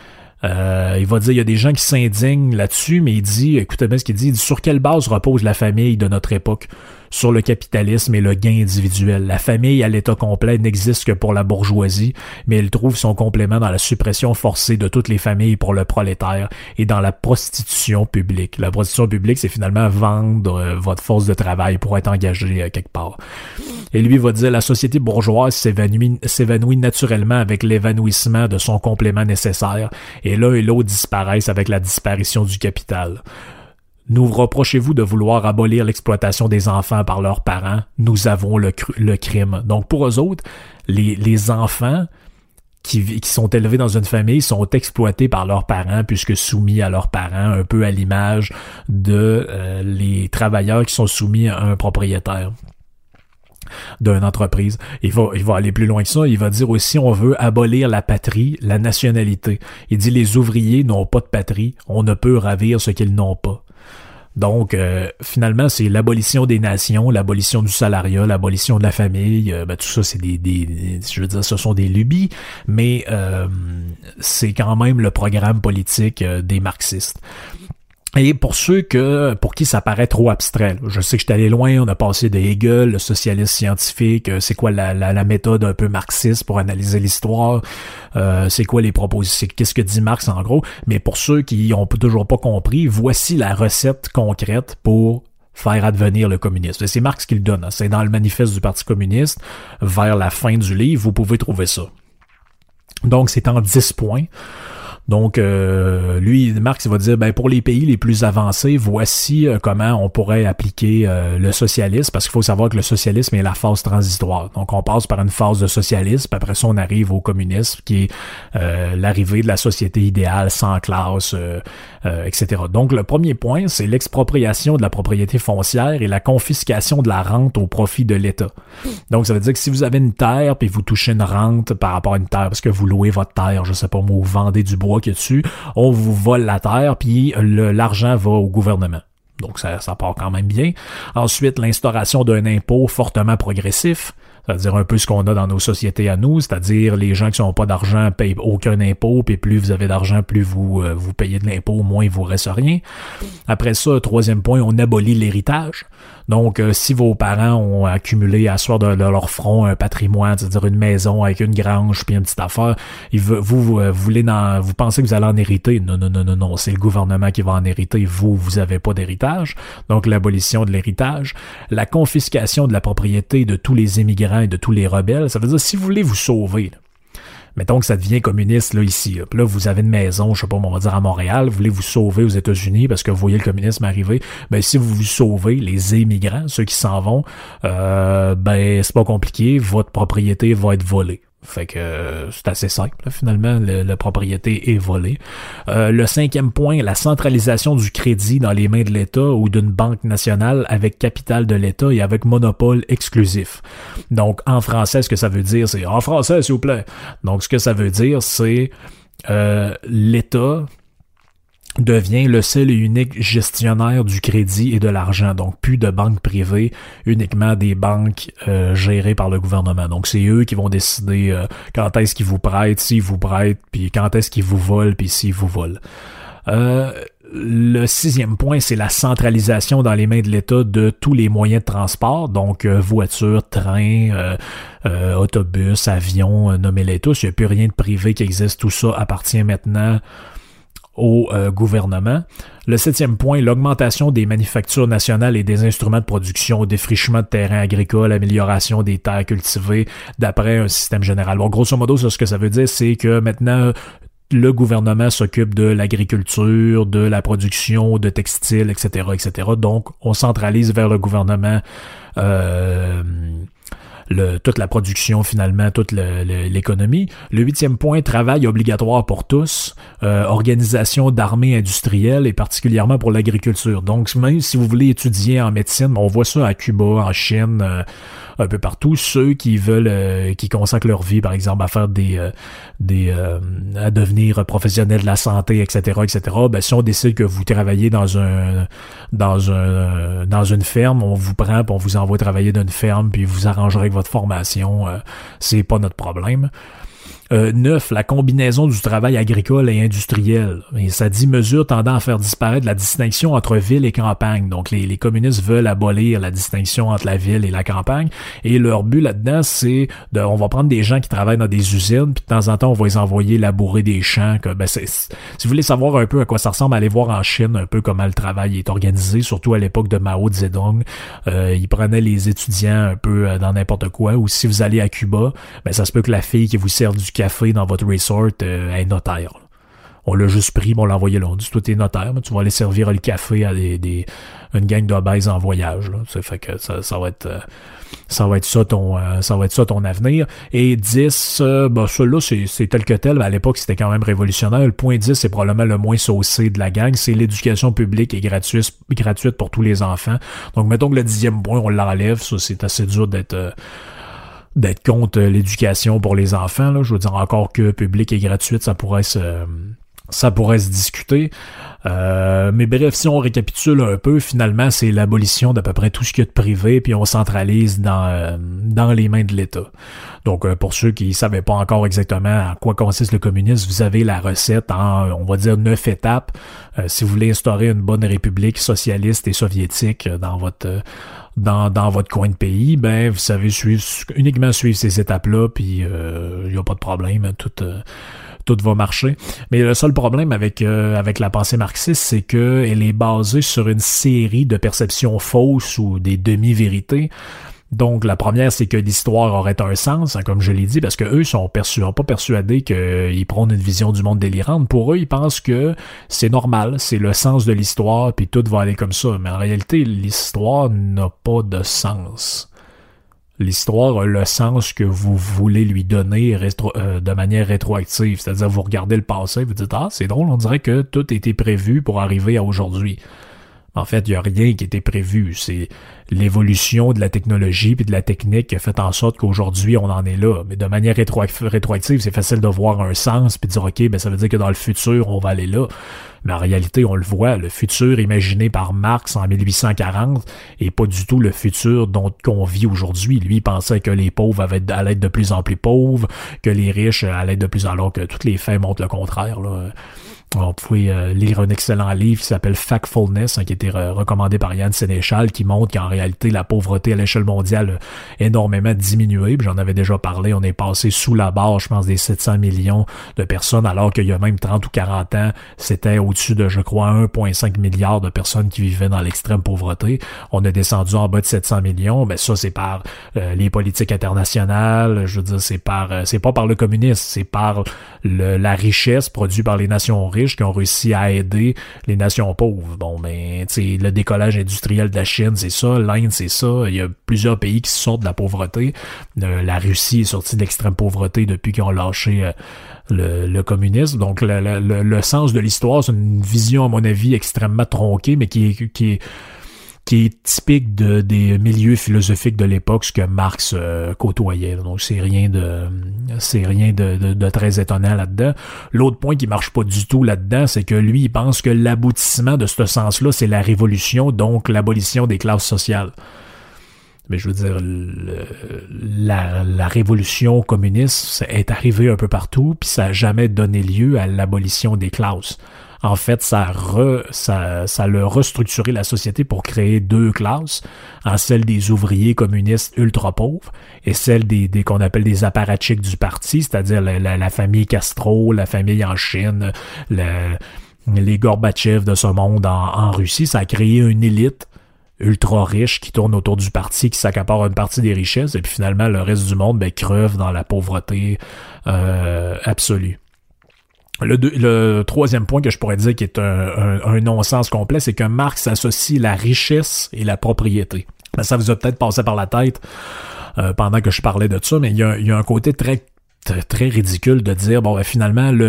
Il va dire, il y a des gens qui s'indignent là-dessus, mais il dit, écoutez bien ce qu'il dit, sur quelle base repose la famille de notre époque? Sur le capitalisme et le gain individuel. La famille à l'état complet n'existe que pour la bourgeoisie, mais elle trouve son complément dans la suppression forcée de toutes les familles pour le prolétaire et dans la prostitution publique. La prostitution publique, c'est finalement vendre votre force de travail pour être engagé quelque part. Et lui va dire, la société bourgeoise s'évanouit naturellement avec l'évanouissement de son complément nécessaire, et l'un et l'autre disparaissent avec la disparition du capital. Nous reprochez-vous de vouloir abolir l'exploitation des enfants par leurs parents? Nous avons le crime. Donc, pour eux autres, les enfants qui sont élevés dans une famille sont exploités par leurs parents puisque soumis à leurs parents, un peu à l'image de les travailleurs qui sont soumis à un propriétaire d'une entreprise. Il va aller plus loin que ça. Il va dire aussi, on veut abolir la patrie, la nationalité. Il dit, les ouvriers n'ont pas de patrie. On ne peut ravir ce qu'ils n'ont pas. Donc, finalement, c'est l'abolition des nations, l'abolition du salariat, l'abolition de la famille. Tout ça, c'est je veux dire, ce sont des lubies, mais c'est quand même le programme politique des marxistes. Et pour ceux pour qui ça paraît trop abstrait, je sais que je suis allé loin, on a passé de Hegel, le socialiste scientifique, c'est quoi la méthode un peu marxiste pour analyser l'histoire, c'est quoi les propositions, qu'est-ce que dit Marx en gros, mais pour ceux qui ont toujours pas compris, voici la recette concrète pour faire advenir le communisme. C'est Marx qui le donne, c'est dans le manifeste du Parti communiste, vers la fin du livre, vous pouvez trouver ça. Donc c'est en 10 points. Donc, lui, Marx, il va dire, pour les pays les plus avancés, voici comment on pourrait appliquer le socialisme, parce qu'il faut savoir que le socialisme est la phase transitoire. Donc, on passe par une phase de socialisme, puis après ça, on arrive au communisme, qui est l'arrivée de la société idéale, sans classe, etc. Donc, le premier point, c'est l'expropriation de la propriété foncière et la confiscation de la rente au profit de l'État. Donc, ça veut dire que si vous avez une terre, puis vous touchez une rente par rapport à une terre, parce que vous louez votre terre, je sais pas moi, vous vendez du bois qu'il y a dessus, on vous vole la terre, puis l'argent va au gouvernement. Donc ça part quand même bien. Ensuite, l'instauration d'un impôt fortement progressif, c'est-à-dire un peu ce qu'on a dans nos sociétés à nous, c'est-à-dire les gens qui n'ont pas d'argent payent aucun impôt, puis plus vous avez d'argent, plus vous payez de l'impôt, moins il vous reste rien. Après ça, troisième point, on abolit l'héritage. Donc, si vos parents ont accumulé à soir de leur front un patrimoine, c'est-à-dire une maison avec une grange puis une petite affaire, vous pensez que vous allez en hériter. Non, c'est le gouvernement qui va en hériter. Vous avez pas d'héritage. Donc, l'abolition de l'héritage. La confiscation de la propriété de tous les immigrants et de tous les rebelles. Ça veut dire, si vous voulez vous sauver, Mettons que ça devient communiste là ici. Là. Puis là, vous avez une maison, je sais pas, on va dire à Montréal, vous voulez vous sauver aux États-Unis parce que vous voyez le communisme arriver. Ben si vous vous sauvez, les immigrants, ceux qui s'en vont, ben c'est pas compliqué, votre propriété va être volée. Fait que c'est assez simple, là, finalement, la propriété est volée. Le 5e point, la centralisation du crédit dans les mains de l'État ou d'une banque nationale avec capital de l'État et avec monopole exclusif. Donc, en français, ce que ça veut dire, c'est... En français, s'il vous plaît. Donc, ce que ça veut dire, c'est l'État devient le seul et unique gestionnaire du crédit et de l'argent. Donc, plus de banques privées, uniquement des banques gérées par le gouvernement. Donc, c'est eux qui vont décider quand est-ce qu'ils vous prêtent, s'ils vous prêtent, puis quand est-ce qu'ils vous volent, puis s'ils vous volent. Le 6e point, c'est la centralisation dans les mains de l'État de tous les moyens de transport, donc voitures, trains, autobus, avions, nommez-les tous. Il n'y a plus rien de privé qui existe. Tout ça appartient maintenant au gouvernement. Le 7e point, l'augmentation des manufactures nationales et des instruments de production, défrichement de terrains agricoles, amélioration des terres cultivées d'après un système général. Bon, grosso modo, ce que ça veut dire, c'est que maintenant, le gouvernement s'occupe de l'agriculture, de la production de textiles, etc., etc. Donc, on centralise vers le gouvernement toute la production finalement, toute l'économie. Le 8e point, travail obligatoire pour tous, organisation d'armées industrielles et particulièrement pour l'agriculture. Donc même si vous voulez étudier en médecine, on voit ça à Cuba, en Chine, un peu partout, ceux qui veulent, qui consacrent leur vie, par exemple, à faire à devenir professionnels de la santé, etc., etc. Ben si on décide que vous travaillez dans une ferme, on vous prend, puis on vous envoie travailler dans une ferme, puis vous arrangerez avec votre formation, c'est pas notre problème. 9, la combinaison du travail agricole et industriel. Et ça dit mesure tendant à faire disparaître la distinction entre ville et campagne. Donc les communistes veulent abolir la distinction entre la ville et la campagne. Et leur but là-dedans, c'est on va prendre des gens qui travaillent dans des usines, puis de temps en temps, on va les envoyer labourer des champs. Si vous voulez savoir un peu à quoi ça ressemble, allez voir en Chine un peu comment le travail est organisé, surtout à l'époque de Mao Zedong. Ils prenaient les étudiants un peu dans n'importe quoi. Ou si vous allez à Cuba, ben ça se peut que la fille qui vous sert du café dans votre resort est notaire. Là. On l'a juste pris, on l'a envoyé là. On dit, toi, t'es notaire, mais tu vas aller servir le café à une gang d'obèses en voyage. Là. Ça fait que ça va être ça ton avenir. Et 10, celui-là, c'est tel que tel. À l'époque, c'était quand même révolutionnaire. Le point 10, c'est probablement le moins saucé de la gang. C'est l'éducation publique et gratuite pour tous les enfants. Donc, mettons que le 10e point, on l'enlève. Ça, c'est assez dur d'être contre l'éducation pour les enfants, là. Je veux dire, encore que publique et gratuite, ça pourrait se discuter. Mais bref, si on récapitule un peu, finalement, c'est l'abolition d'à peu près tout ce qu'il y a de privé, puis on centralise dans les mains de l'État. Donc, pour ceux qui ne savaient pas encore exactement à quoi consiste le communisme, vous avez la recette en, on va dire, 9 étapes. Si vous voulez instaurer une bonne république socialiste et soviétique dans votre coin de pays, ben vous savez uniquement suivre ces étapes-là, puis il y a pas de problème, tout va marcher. Mais le seul problème avec la pensée marxiste, c'est que elle est basée sur une série de perceptions fausses ou des demi-vérités. Donc, la première, c'est que l'histoire aurait un sens, hein, comme je l'ai dit, parce que eux sont pas persuadés qu'ils prônent une vision du monde délirante. Pour eux, ils pensent que c'est normal, c'est le sens de l'histoire, puis tout va aller comme ça. Mais en réalité, l'histoire n'a pas de sens. L'histoire a le sens que vous voulez lui donner de manière rétroactive. C'est-à-dire, vous regardez le passé, vous dites « Ah, c'est drôle, on dirait que tout était prévu pour arriver à aujourd'hui. » En fait, il n'y a rien qui était prévu. C'est l'évolution de la technologie puis de la technique qui a fait en sorte qu'aujourd'hui, on en est là. Mais de manière rétroactive, c'est facile de voir un sens puis de dire, OK, ben ça veut dire que dans le futur, on va aller là. Mais en réalité, on le voit, le futur imaginé par Marx en 1840 est pas du tout le futur qu'on vit aujourd'hui. Lui, il pensait que les pauvres allaient être de plus en plus pauvres, que les riches allaient être de plus en plus... Alors que toutes les faits montrent le contraire, là. pouvez lire un excellent livre qui s'appelle Factfulness, qui a été recommandé par Yann Sénéchal, qui montre qu'en réalité, la pauvreté à l'échelle mondiale a énormément diminué. Puis j'en avais déjà parlé, on est passé sous la barre, je pense, des 700 millions de personnes, alors qu'il y a même 30 ou 40 ans, c'était au-dessus de, je crois, 1,5 milliard de personnes qui vivaient dans l'extrême pauvreté. On a descendu en bas de 700 millions, mais ça, c'est par les politiques internationales, je veux dire, c'est pas par le communisme, c'est par la richesse produite par les nations riches qui ont réussi à aider les nations pauvres. Bon, ben, tu sais, le décollage industriel de la Chine, c'est ça, l'Inde, c'est ça. Il y a plusieurs pays qui sortent de la pauvreté. La Russie est sortie de l'extrême pauvreté depuis qu'ils ont lâché le communisme. Donc, le sens de l'histoire, c'est une vision, à mon avis, extrêmement tronquée, mais qui est typique des milieux philosophiques de l'époque, ce que Marx côtoyait. Donc c'est rien de très étonnant là-dedans. L'autre point qui marche pas du tout là-dedans, c'est que lui, il pense que l'aboutissement de ce sens-là, c'est la révolution, donc l'abolition des classes sociales. Mais je veux dire, la révolution communiste est arrivée un peu partout, puis ça n'a jamais donné lieu à l'abolition des classes. En fait, ça a restructuré la société pour créer deux classes, celle des ouvriers communistes ultra pauvres et celle des qu'on appelle des apparatchiks du parti, c'est-à-dire la famille Castro, la famille en Chine, les Gorbatchev de ce monde en Russie. Ça a créé une élite ultra riche qui tourne autour du parti, qui s'accapare une partie des richesses, et puis finalement le reste du monde creve dans la pauvreté absolue. Le troisième point que je pourrais dire qui est un non-sens complet, c'est que Marx associe la richesse et la propriété. Ben, ça vous a peut-être passé par la tête pendant que je parlais de ça, mais il y a un côté très très ridicule de dire bon, ben, finalement le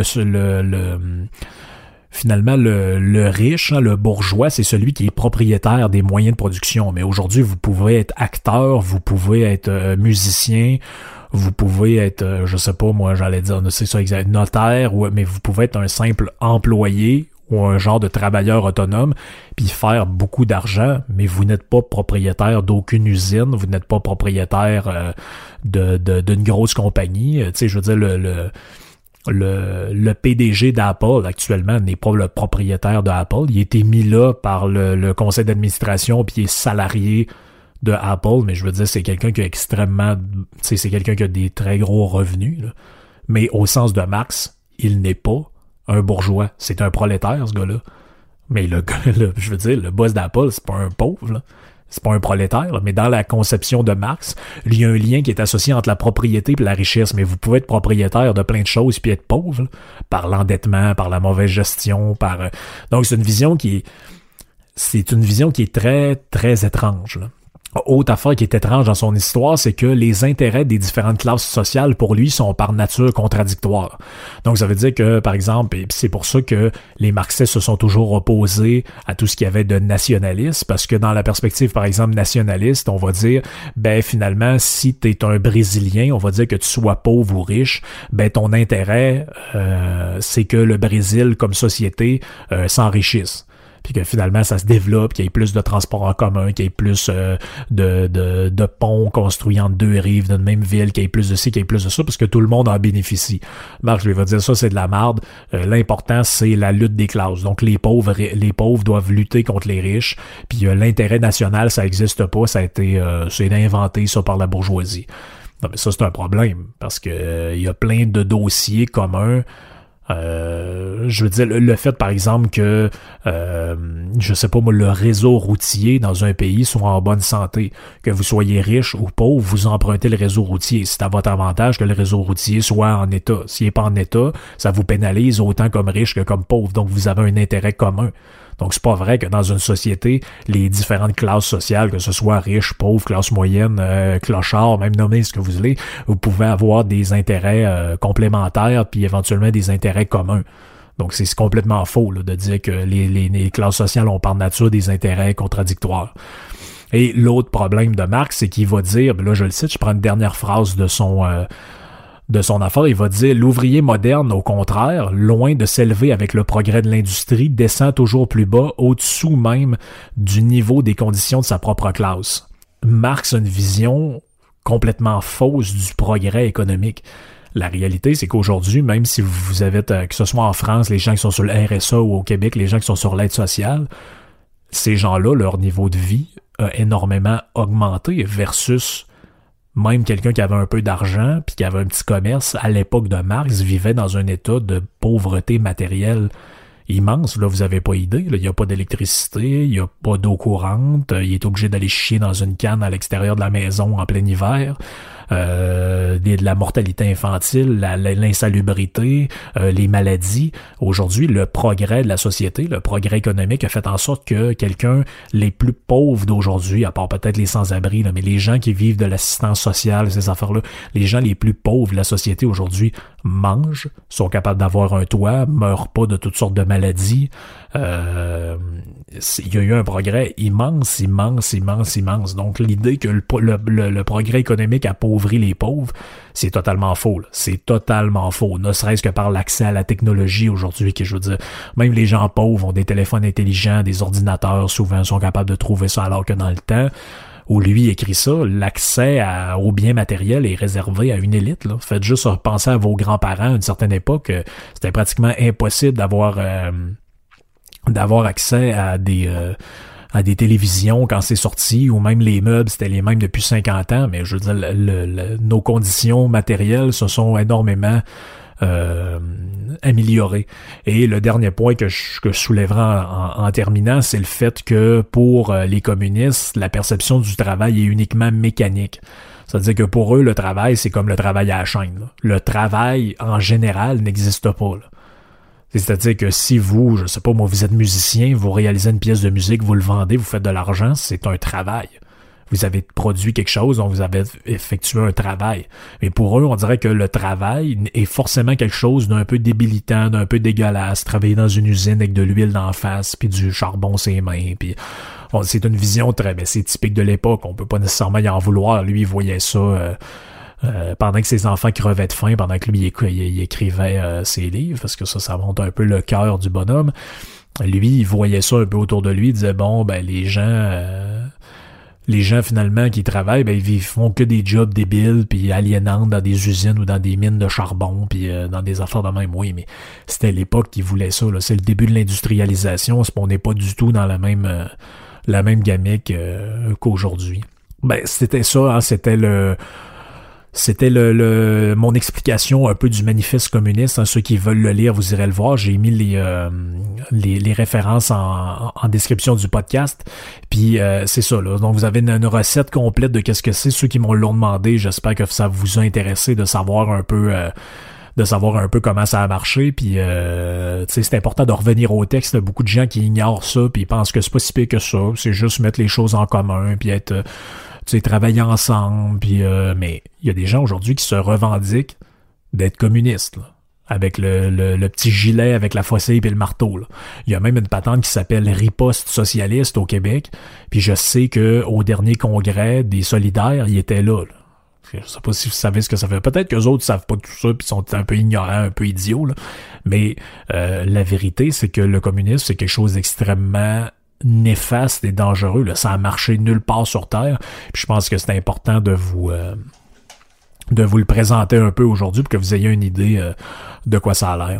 riche, le bourgeois, c'est celui qui est propriétaire des moyens de production. Mais aujourd'hui, vous pouvez être acteur, vous pouvez être musicien, vous pouvez être, je sais pas, moi, j'allais dire, c'est ça exact, notaire, mais vous pouvez être un simple employé ou un genre de travailleur autonome, puis faire beaucoup d'argent, mais vous n'êtes pas propriétaire d'aucune usine, vous n'êtes pas propriétaire d'une grosse compagnie. Tu sais, je veux dire, le PDG d'Apple actuellement n'est pas le propriétaire d'Apple. Il a été mis là par le conseil d'administration puis il est salarié de Apple, mais je veux dire, c'est quelqu'un qui a c'est quelqu'un qui a des très gros revenus, là. Mais au sens de Marx, il n'est pas un bourgeois. C'est un prolétaire, ce gars-là. Mais le gars, là, je veux dire, le boss d'Apple, c'est pas un pauvre, là. C'est pas un prolétaire, là. Mais dans la conception de Marx, il y a un lien qui est associé entre la propriété et la richesse. Mais vous pouvez être propriétaire de plein de choses puis être pauvre, là, par l'endettement, par la mauvaise gestion, donc c'est une vision qui est très, très étrange, là. Autre affaire qui est étrange dans son histoire, c'est que les intérêts des différentes classes sociales, pour lui, sont par nature contradictoires. Donc, ça veut dire que, par exemple, et c'est pour ça que les marxistes se sont toujours opposés à tout ce qu'il y avait de nationaliste, parce que dans la perspective, par exemple, nationaliste, on va dire, ben, finalement, si t'es un Brésilien, on va dire que tu sois pauvre ou riche, ben, ton intérêt, c'est que le Brésil, comme société, s'enrichisse. Puis que finalement, ça se développe, qu'il y ait plus de transports en commun, qu'il y ait plus de ponts construits entre deux rives d'une même ville, qu'il y ait plus de ci, qu'il y ait plus de ça, parce que tout le monde en bénéficie. Marx, je vais dire ça, c'est de la merde. L'important, c'est la lutte des classes. Donc, les pauvres doivent lutter contre les riches. Puis l'intérêt national, ça existe pas. Ça a été c'est inventé, ça, par la bourgeoisie. Non, mais ça, c'est un problème, parce que il y a plein de dossiers communs. Je veux dire, le fait, par exemple, que, je sais pas moi, le réseau routier dans un pays soit en bonne santé, que vous soyez riche ou pauvre, vous empruntez le réseau routier. C'est à votre avantage que le réseau routier soit en état. S'il est pas en état, ça vous pénalise autant comme riche que comme pauvre. Donc, vous avez un intérêt commun. Donc, c'est pas vrai que dans une société, les différentes classes sociales, que ce soit riche, pauvre, classe moyenne, clochard, même nommez ce que vous voulez, vous pouvez avoir des intérêts complémentaires puis éventuellement des intérêts communs. Donc, c'est complètement faux là, de dire que les classes sociales ont par nature des intérêts contradictoires. Et l'autre problème de Marx, c'est qu'il va dire, ben là je le cite, je prends une dernière phrase de son affaire, il va dire « L'ouvrier moderne, au contraire, loin de s'élever avec le progrès de l'industrie, descend toujours plus bas, au-dessous même du niveau des conditions de sa propre classe. » Marx a une vision complètement fausse du progrès économique. La réalité, c'est qu'aujourd'hui, même si vous avez, que ce soit en France, les gens qui sont sur le RSA ou au Québec, les gens qui sont sur l'aide sociale, ces gens-là, leur niveau de vie a énormément augmenté versus même quelqu'un qui avait un peu d'argent puis qui avait un petit commerce à l'époque de Marx vivait dans un état de pauvreté matérielle immense. Là, vous avez pas idée. Là, il n'y a pas d'électricité, il n'y a pas d'eau courante, il est obligé d'aller chier dans une canne à l'extérieur de la maison en plein hiver. De la mortalité infantile, l'insalubrité, les maladies. Aujourd'hui, le progrès de la société, le progrès économique a fait en sorte que les plus pauvres d'aujourd'hui, à part peut-être les sans-abri, là, mais les gens qui vivent de l'assistance sociale, ces affaires-là, les gens les plus pauvres de la société aujourd'hui mangent, sont capables d'avoir un toit, meurent pas de toutes sortes de maladies. Il y a eu un progrès immense. Donc l'idée que le progrès économique appauvrit les pauvres, c'est totalement faux. Là. C'est totalement faux. Ne serait-ce que par l'accès à la technologie aujourd'hui, que je veux dire, même les gens pauvres ont des téléphones intelligents, des ordinateurs, souvent sont capables de trouver ça, alors que dans le temps où lui écrit ça, l'accès aux biens matériels est réservé à une élite. Là. Faites juste penser à vos grands-parents à une certaine époque, c'était pratiquement impossible d'avoir accès à des télévisions quand c'est sorti, ou même les meubles, c'était les mêmes depuis 50 ans, mais je veux dire, nos conditions matérielles se sont énormément améliorées. Et le dernier point que je soulèverai en terminant, c'est le fait que pour les communistes, la perception du travail est uniquement mécanique. C'est-à-dire que pour eux, le travail, c'est comme le travail à la chaîne. Là. Le travail, en général, n'existe pas. Là. C'est-à-dire que si vous, je sais pas, moi, vous êtes musicien, vous réalisez une pièce de musique, vous le vendez, vous faites de l'argent, c'est un travail. Vous avez produit quelque chose, donc vous avez effectué un travail. Mais pour eux, on dirait que le travail est forcément quelque chose d'un peu débilitant, d'un peu dégueulasse. Travailler dans une usine avec de l'huile d'en face, puis du charbon sur les mains, puis c'est une vision c'est typique de l'époque. On peut pas nécessairement y en vouloir. Lui, il voyait ça pendant que ses enfants crevaient de faim, pendant que lui, il écrivait ses livres, parce que ça montre un peu le cœur du bonhomme. Lui, il voyait ça un peu autour de lui, il disait, bon, ben les gens finalement qui travaillent, ben ils font que des jobs débiles puis aliénants dans des usines ou dans des mines de charbon puis dans des affaires de même. Oui, mais c'était l'époque qui voulait ça. Là. C'est le début de l'industrialisation. On n'est pas du tout dans la même gamique qu'aujourd'hui. Ben c'était ça. Hein, c'était mon explication un peu du manifeste communiste. Hein. Ceux qui veulent le lire, vous irez le voir. J'ai mis les références en description du podcast. Puis c'est ça, là. Donc vous avez une recette complète de qu'est-ce que c'est. Ceux qui m'ont demandé, j'espère que ça vous a intéressé de savoir un peu comment ça a marché. Puis c'est important de revenir au texte. Il y a beaucoup de gens qui ignorent ça, puis ils pensent que c'est pas si pire que ça. C'est juste mettre les choses en commun, puis être travailler ensemble, puis mais il y a des gens aujourd'hui qui se revendiquent d'être communistes, là, avec le petit gilet avec la faucille et le marteau. Là. Il y a même une patente qui s'appelle Riposte socialiste au Québec, puis je sais que au dernier congrès des solidaires, ils étaient là. Je sais pas si vous savez ce que ça fait. Peut-être qu'eux autres savent pas tout ça, puis sont un peu ignorants, un peu idiots, là. Mais la vérité, c'est que le communisme, c'est quelque chose d'extrêmement néfaste et dangereux. Là. Ça a marché nulle part sur Terre. Puis je pense que c'est important de vous le présenter un peu aujourd'hui pour que vous ayez une idée de quoi ça a l'air.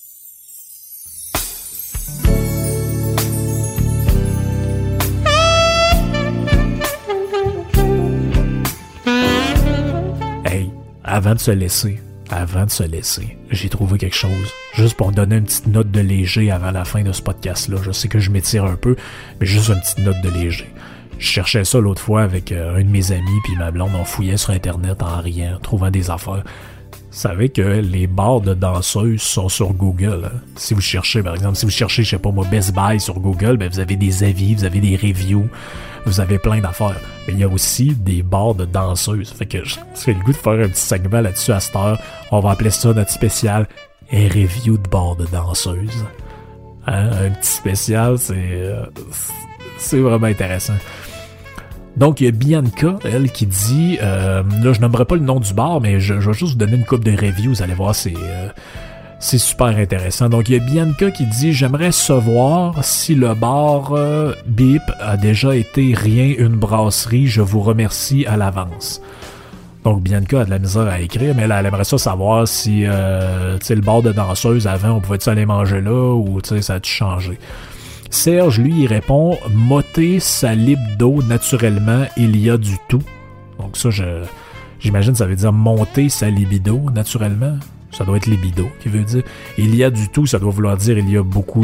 Hey, avant de se laisser, j'ai trouvé quelque chose. Juste pour donner une petite note de léger avant la fin de ce podcast-là. Je sais que je m'étire un peu, mais juste une petite note de léger. Je cherchais ça l'autre fois avec un de mes amis, puis ma blonde, on fouillait sur Internet en riant, trouvant des affaires. Vous savez que les bars de danseuses sont sur Google. Hein? Si vous cherchez, par exemple, je sais pas moi, Best Buy sur Google, ben vous avez des avis, vous avez des reviews, vous avez plein d'affaires. Mais il y a aussi des bars de danseuses. Fait que j'ai le goût de faire un petit segment là-dessus à cette heure. On va appeler ça notre spécial un review de bars de danseuses. Hein? Un petit spécial, c'est vraiment intéressant. Donc, il y a Bianca, elle, qui dit... là, je nommerai pas le nom du bar, mais je vais juste vous donner une couple de reviews. Vous allez voir, c'est super intéressant. Donc, il y a Bianca qui dit « J'aimerais savoir si le bar Bip a déjà été rien une brasserie. Je vous remercie à l'avance. » Donc Bianca a de la misère à écrire, mais elle aimerait ça savoir si le bar de danseuse avant, on pouvait-tu aller manger là ou ça a-tu changé. Serge, lui, il répond « Motter sa libido naturellement, il y a du tout ». Donc ça, j'imagine ça veut dire « monter sa libido naturellement ». Ça doit être libido qui veut dire « il y a du tout », ça doit vouloir dire « il y a beaucoup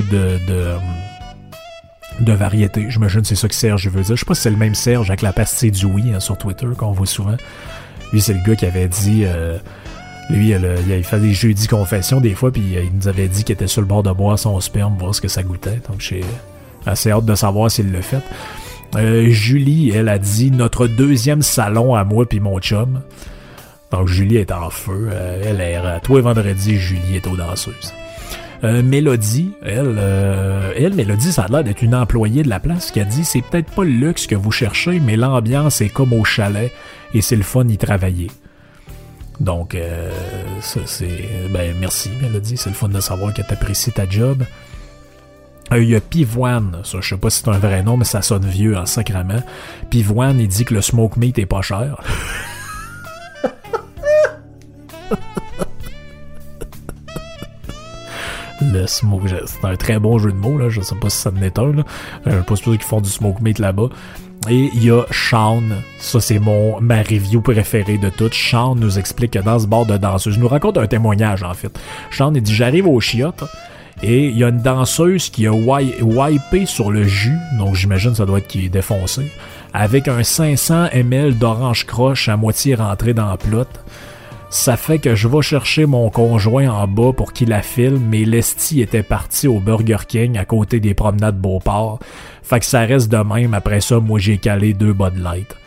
de variété ». J'imagine que c'est ça que Serge veut dire. Je sais pas si c'est le même Serge avec la pastille du oui sur Twitter qu'on voit souvent. Lui, c'est le gars qui avait dit... lui, il fait des jeudis confessions des fois, puis il nous avait dit qu'il était sur le bord de boire son sperme, voir ce que ça goûtait. Donc, j'ai assez hâte de savoir s'il l'a fait. Julie, elle a dit « Notre deuxième salon à moi puis mon chum ». Donc, Julie est en feu. Elle est tous les vendredis, Julie est aux danseuses. Mélodie, Mélodie, ça a l'air d'être une employée de la place qui a dit « C'est peut-être pas le luxe que vous cherchez, mais l'ambiance est comme au chalet et c'est le fun y travailler. » Donc, ça c'est... merci, Mélodie, c'est le fun de savoir que t'apprécies ta job. Il y a Pivoine, ça, je sais pas si c'est un vrai nom, mais ça sonne vieux en sacrament. Pivoine, il dit que le smoke meat est pas cher. Le smoke, c'est un très bon jeu de mots, là. Je sais pas si ça en est un, là. Je sais pas si qu'ils font du smoke meat là-bas. Et il y a Sean, ça c'est ma review préférée de toutes. Sean nous explique que dans ce bar de danseuse, nous raconte un témoignage en fait. Sean il dit j'arrive au chiottes et il y a une danseuse qui a wipé sur le jus, donc j'imagine ça doit être qui est défoncé, avec un 500 ml d'orange croche à moitié rentré dans la plotte. Ça fait que je vais chercher mon conjoint en bas pour qu'il la filme, mais l'esti était parti au Burger King à côté des promenades Beauport. Fait que ça reste de même. Après ça, moi, j'ai calé 2 Bud Light.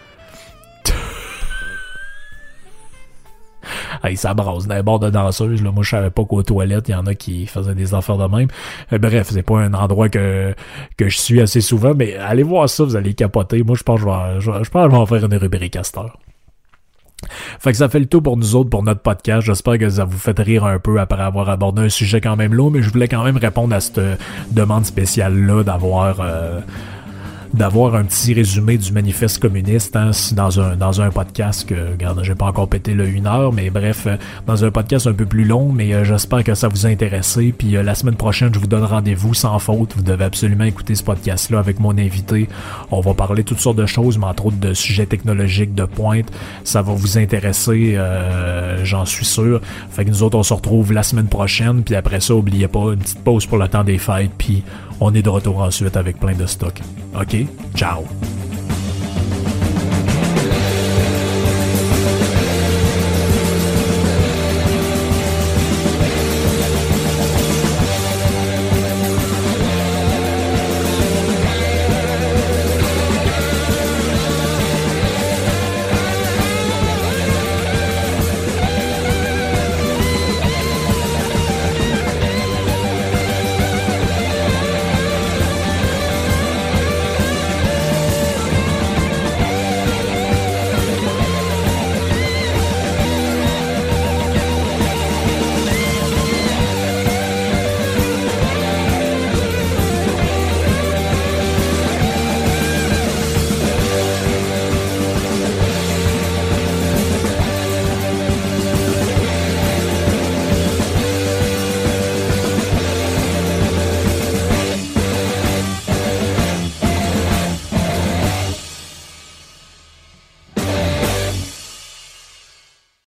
Hey, ça brasse. Dans les bars de danseuses, là, moi, je savais pas qu'aux toilettes, il y en a qui faisaient des affaires de même. Bref, c'est pas un endroit que je suis assez souvent, mais allez voir ça, vous allez capoter. Moi, je pense que je vais en faire une rubrique à cette heure. Fait que ça fait le tout pour nous autres, pour notre podcast. J'espère que ça vous fait rire un peu après avoir abordé un sujet quand même lourd, mais je voulais quand même répondre à cette demande spéciale-là d'avoir un petit résumé du manifeste communiste dans un podcast que, regarde, j'ai pas encore pété le 1 heure, mais bref, dans un podcast un peu plus long, mais j'espère que ça vous a intéressé, puis la semaine prochaine, je vous donne rendez-vous sans faute. Vous devez absolument écouter ce podcast-là avec mon invité. On va parler toutes sortes de choses, mais entre autres de sujets technologiques de pointe. Ça va vous intéresser, j'en suis sûr. Fait que nous autres, on se retrouve la semaine prochaine, puis après ça, oubliez pas, une petite pause pour le temps des fêtes, puis on est de retour ensuite avec plein de stock. OK? Ciao!